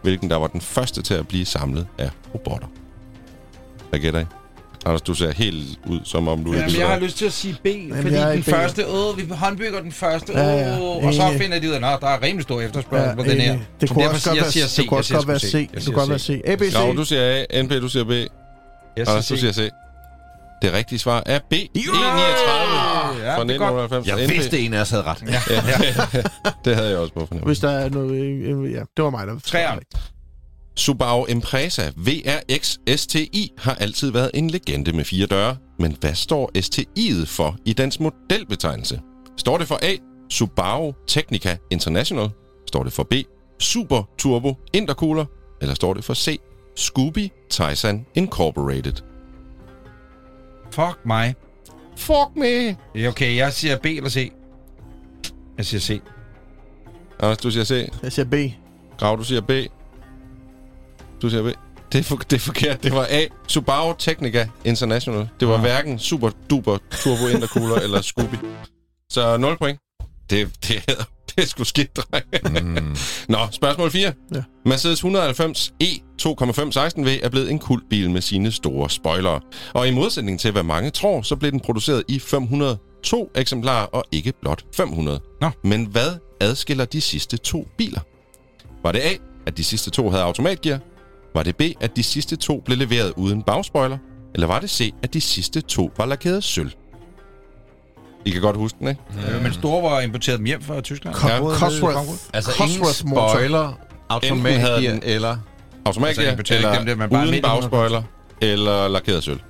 hvilken der var den første til at blive samlet af robotter? Hvad gætter I? Anders, du ser helt ud, som om du ikke... Jeg har lyst til at sige B, fordi den første... vi håndbygger den første... og så finder de ud af, der er rimelig stor efterspørgsel på den her. Det kunne også godt være C. Det kunne godt være C. A, B, C. Grav, du siger A. NP, du siger B. Anders, du siger C. Det rigtige svar er B. 39 fra 1990. Jeg vidste, en af os havde ret. Det havde jeg også på fornemmelse. Hvis der er noget... Ja, det var mig, der... 3'eren. Subaru Impreza WRX STI har altid været en legende med 4 døre. Men hvad står STI'et for i dens modelbetegnelse? Står det for A. Subaru Technica International? Står det for B. Super Turbo Intercooler? Eller står det for C. Scooby Tyson Incorporated? Fuck mig. Fuck me. Okay, jeg siger B eller C. Jeg siger C. Anders, du siger C. Jeg siger B. Grav, du siger B. Du siger B. Det er forkert. Det var A. Subaru Technica International. Det var hverken Super Duper Turbo Intercooler eller Scooby. Så 0 point. Det er sgu skidt, dreng. Nå, spørgsmål 4. Ja. Mercedes 190 E 2,5 16V er blevet en kultbil med sine store spoilere. Og i modsætning til, hvad mange tror, så blev den produceret i 502 eksemplarer og ikke blot 500. Nå. Men hvad adskiller de sidste 2 biler? Var det A, at de sidste 2 havde automatgear? Var det B, at de sidste 2 blev leveret uden bagspoiler? Eller var det C, at de sidste 2 var lakeret sølv? I kan godt huske den, ikke? Men store var importeret dem hjem fra Tyskland. Cosworth. Altså ingen spoiler, automatgear eller... Automatgear, eller uden bagspoiler, eller lakeret sølv.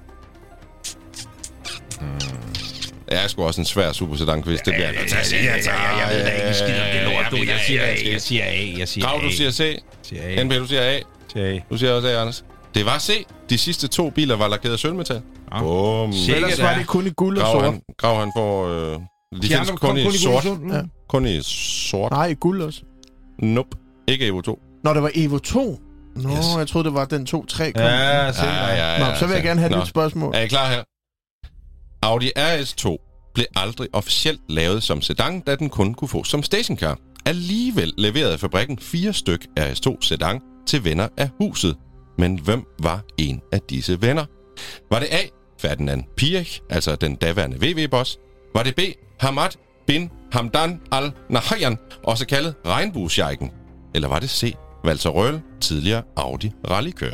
Jeg er sgu også en svær super sedan-quiz. Det bliver nødt til at sige. Jeg ved da ikke skidt om det lort, du. Jeg siger A. Grav, du siger C. NB, du siger A. Du siger også A, Anders. Det var C. De sidste 2 biler var lakeret sølvmetal. Bum. Ellers var det kun i guld og sort. Grav, han får... De findes kun i sort. Kun i sort. Nej, i guld også. Nope. Ikke Evo 2. Nå, det var Evo 2? Nå, jeg troede, det var den 2-3 kom. Ja. Nå, så vil jeg gerne have et nyt spørgsmål. Er I klar her? Audi RS2 blev aldrig officielt lavet som sedan, da den kun kunne få som stationcar. Alligevel leverede fabrikken 4 styk RS2 sedan til venner af huset. Men hvem var en af disse venner? Var det A. Ferdinand Piech, altså den daværende VW-boss? Var det B. Hamad bin Hamdan al-Nahyan, også kaldet regnbuesjejken? Eller var det C. Walter Røhl, tidligere Audi rallykører?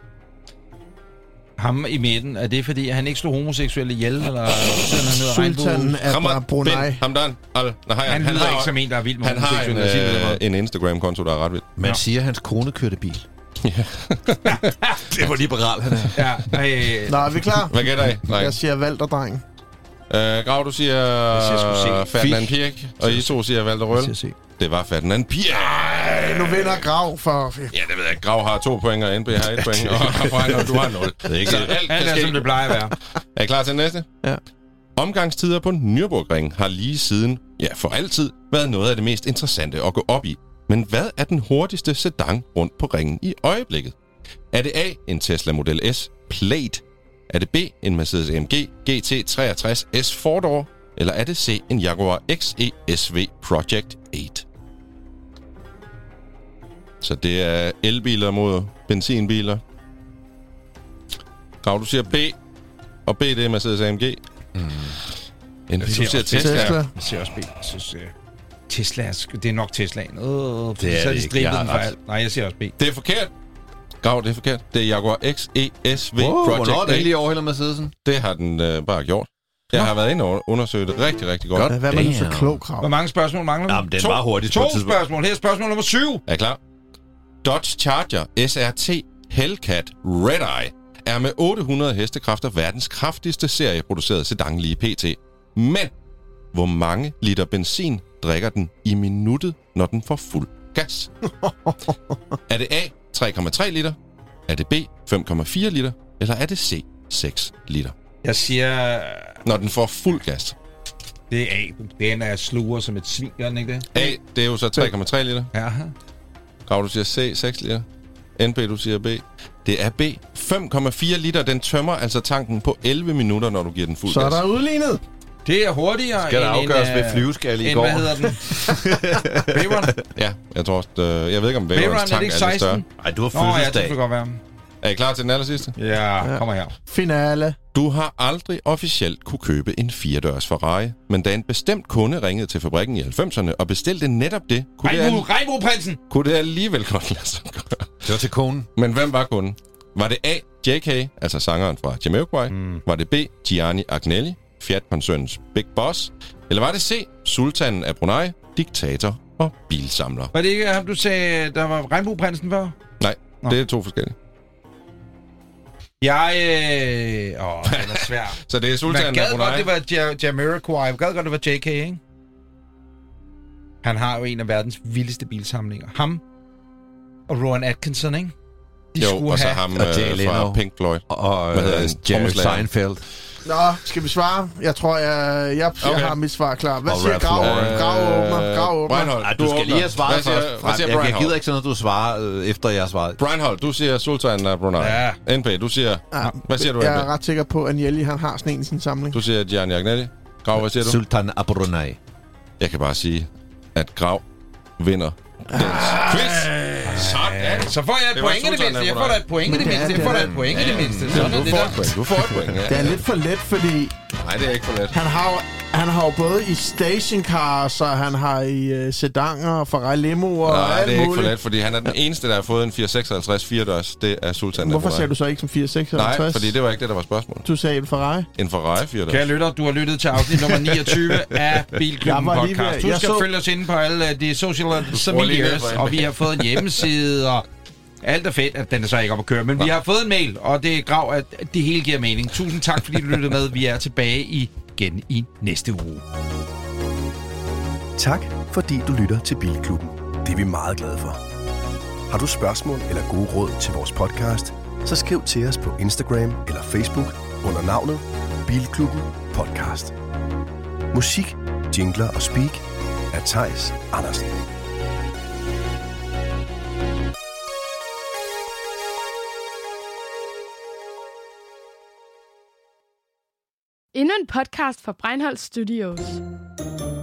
Ham i midten, er det fordi, han ikke slog homoseksuelle ihjel, eller Sultanen af Brunei? Hamdan al-Nahyan. Han lyder ikke som en, der er vild med homoseksuelle. Han har en Instagram-konto, der er ret vild. Man siger, at hans kone kørte bil. Ja. Det var liberal, han er. Nå, er vi klar? Hvad gætter I? Jeg siger Walter, dreng. Grav, du siger Ferdinand Piech, og I to siger Walter Røhl. Det var Ferdinand Piech. Nu vinder Grav for... Ja, det ved jeg. Grav har 2 point, og NB har 1 point, og du har 0. Det er ikke alt er, som det plejer at være. Er I klar til næste? Ja. Omgangstider på Nürburgring har lige siden, for altid, været noget af det mest interessante at gå op i. Men hvad er den hurtigste sedan rundt på ringen i øjeblikket? Er det A, en Tesla Model S Plaid? Er det B, en Mercedes AMG GT63 S 4-door? Eller er det C, en Jaguar XE SV Project 8? Så det er elbiler mod benzinbiler. Grav, du siger B, og B, det er Mercedes AMG. Du siger Tesla. Jeg siger også B. Jeg synes, Tesla, det er nok Teslaen. Det er det ikke. Nej, jeg siger også B. Det er forkert. Grav, det er forkert. Det er Jaguar XE SV Project 8. Hvornår den lige overhælder Mercedesen? Det har den bare gjort. Jeg har været inde og undersøgt det rigtig, rigtig godt. Hvad var det så klog, Grav? Hvor mange spørgsmål mangler vi? Jamen, den var hurtigt. 2 spørgsmål. Her er spørgsmål nummer 7. Er I klar? Dodge Charger SRT Hellcat Red-Eye er med 800 hestekræfter verdens kraftigste serieproducerede sedan lige pt. Men hvor mange liter benzin drikker den i minuttet, når den får fuld gas? Er det A, 3,3 liter? Er det B, 5,4 liter? Eller er det C, 6 liter? Jeg siger... Når den får fuld gas. Det er A. Den er sluger som et svin, gør den ikke det? A, det er jo så 3,3 liter. Ja. Grav, du siger C, 6 liter. NB, du siger B. Det er B. 5,4 liter. Den tømmer altså tanken på 11 minutter, når du giver den fuld gas. Så er der udlignet. Det er hurtigere Skal der afgøres ved flyveskalle i går? Hvad hedder den? Veyron? Ja, jeg tror også... Jeg ved ikke, om Veyrons tank er lidt større. Ej, du har fødselsdag. Ja, det kan godt være. Er I klar til den aller sidste? Ja, kommer her. Finale. Du har aldrig officielt kunne købe en 4-dørs Ferrari, men da en bestemt kunde ringede til fabrikken i 90'erne og bestilte netop det, Regnbueprinsen! Kunne det alligevel godt lade sig gøre. Det var til konen. Men hvem var kunden? Var det A. JK, altså sangeren fra Jamiroquai? Var det B. Gianni Agnelli, Fiat-koncernens Big Boss? Eller var det C. Sultanen af Brunei, diktator og bilsamler? Var det ikke ham, du sagde, der var Regnbueprinsen før? Nej, det er 2 forskellige. Den er svær. Så det er Sultanen af Brunei. Man gad godt, det var Jamiroquai. Man gad godt, det var JK, ikke? Han har jo en af verdens vildeste bilsamlinger. Ham og Rowan Atkinson, ikke? De skulle og så ham fra Pink Floyd. Og Jerry Seinfeld. Nå, skal vi svare? Jeg tror, jeg har mit svar klar. Hvad siger Grav åbner? Du skal lige have svaret først. Jeg gider ikke sådan noget, du svarer efter jeg har svaret. Breinholt, du siger Sultanen af Brunei. Ja. NP, du siger... Ja. Hvad siger du, Jeg er ret sikker på, at Agnelli, han har sådan en i sin samling. Du siger Gianni Agnelli. Grav, hvad siger du? Sultanen af Brunei. Jeg kan bare sige, at Grav vinder dens quiz. Sådan. Så får jeg et point i det mindste. Jeg får da et point i det mindste. Du får et point. Det er lidt for let, fordi... Nej, det er ikke for let. Han har jo både i stationcars, og han har i sedaner og Ferrari limoer og alt muligt. Nej, det er ikke for let, fordi han er den eneste, der har fået en 456 4-dørs. Det er Sultanen. Hvorfor sagde du så ikke som 456? Nej, fordi det var ikke det, der var spørgsmålet. Du sagde en Ferrari? En Ferrari 4-dørs. Kære lytter, du har lyttet til afsnit nummer 29 af Bilklubben podcast. Du skal følge os inde på alle de social medias, og vi har fået en hjemmeside, og alt er fedt, at den er så ikke op at køre. Men vi har fået en mail, og det er Grav, at det hele giver mening. Tusind tak, fordi du lyttede med. Vi er tilbage igen i næste uge. Tak, fordi du lytter til Bilklubben. Det er vi meget glade for. Har du spørgsmål eller gode råd til vores podcast, så skriv til os på Instagram eller Facebook under navnet Bilklubben Podcast. Musik, jingler og speak af Theis Andersen. Endnu en podcast fra Breinholt Studios.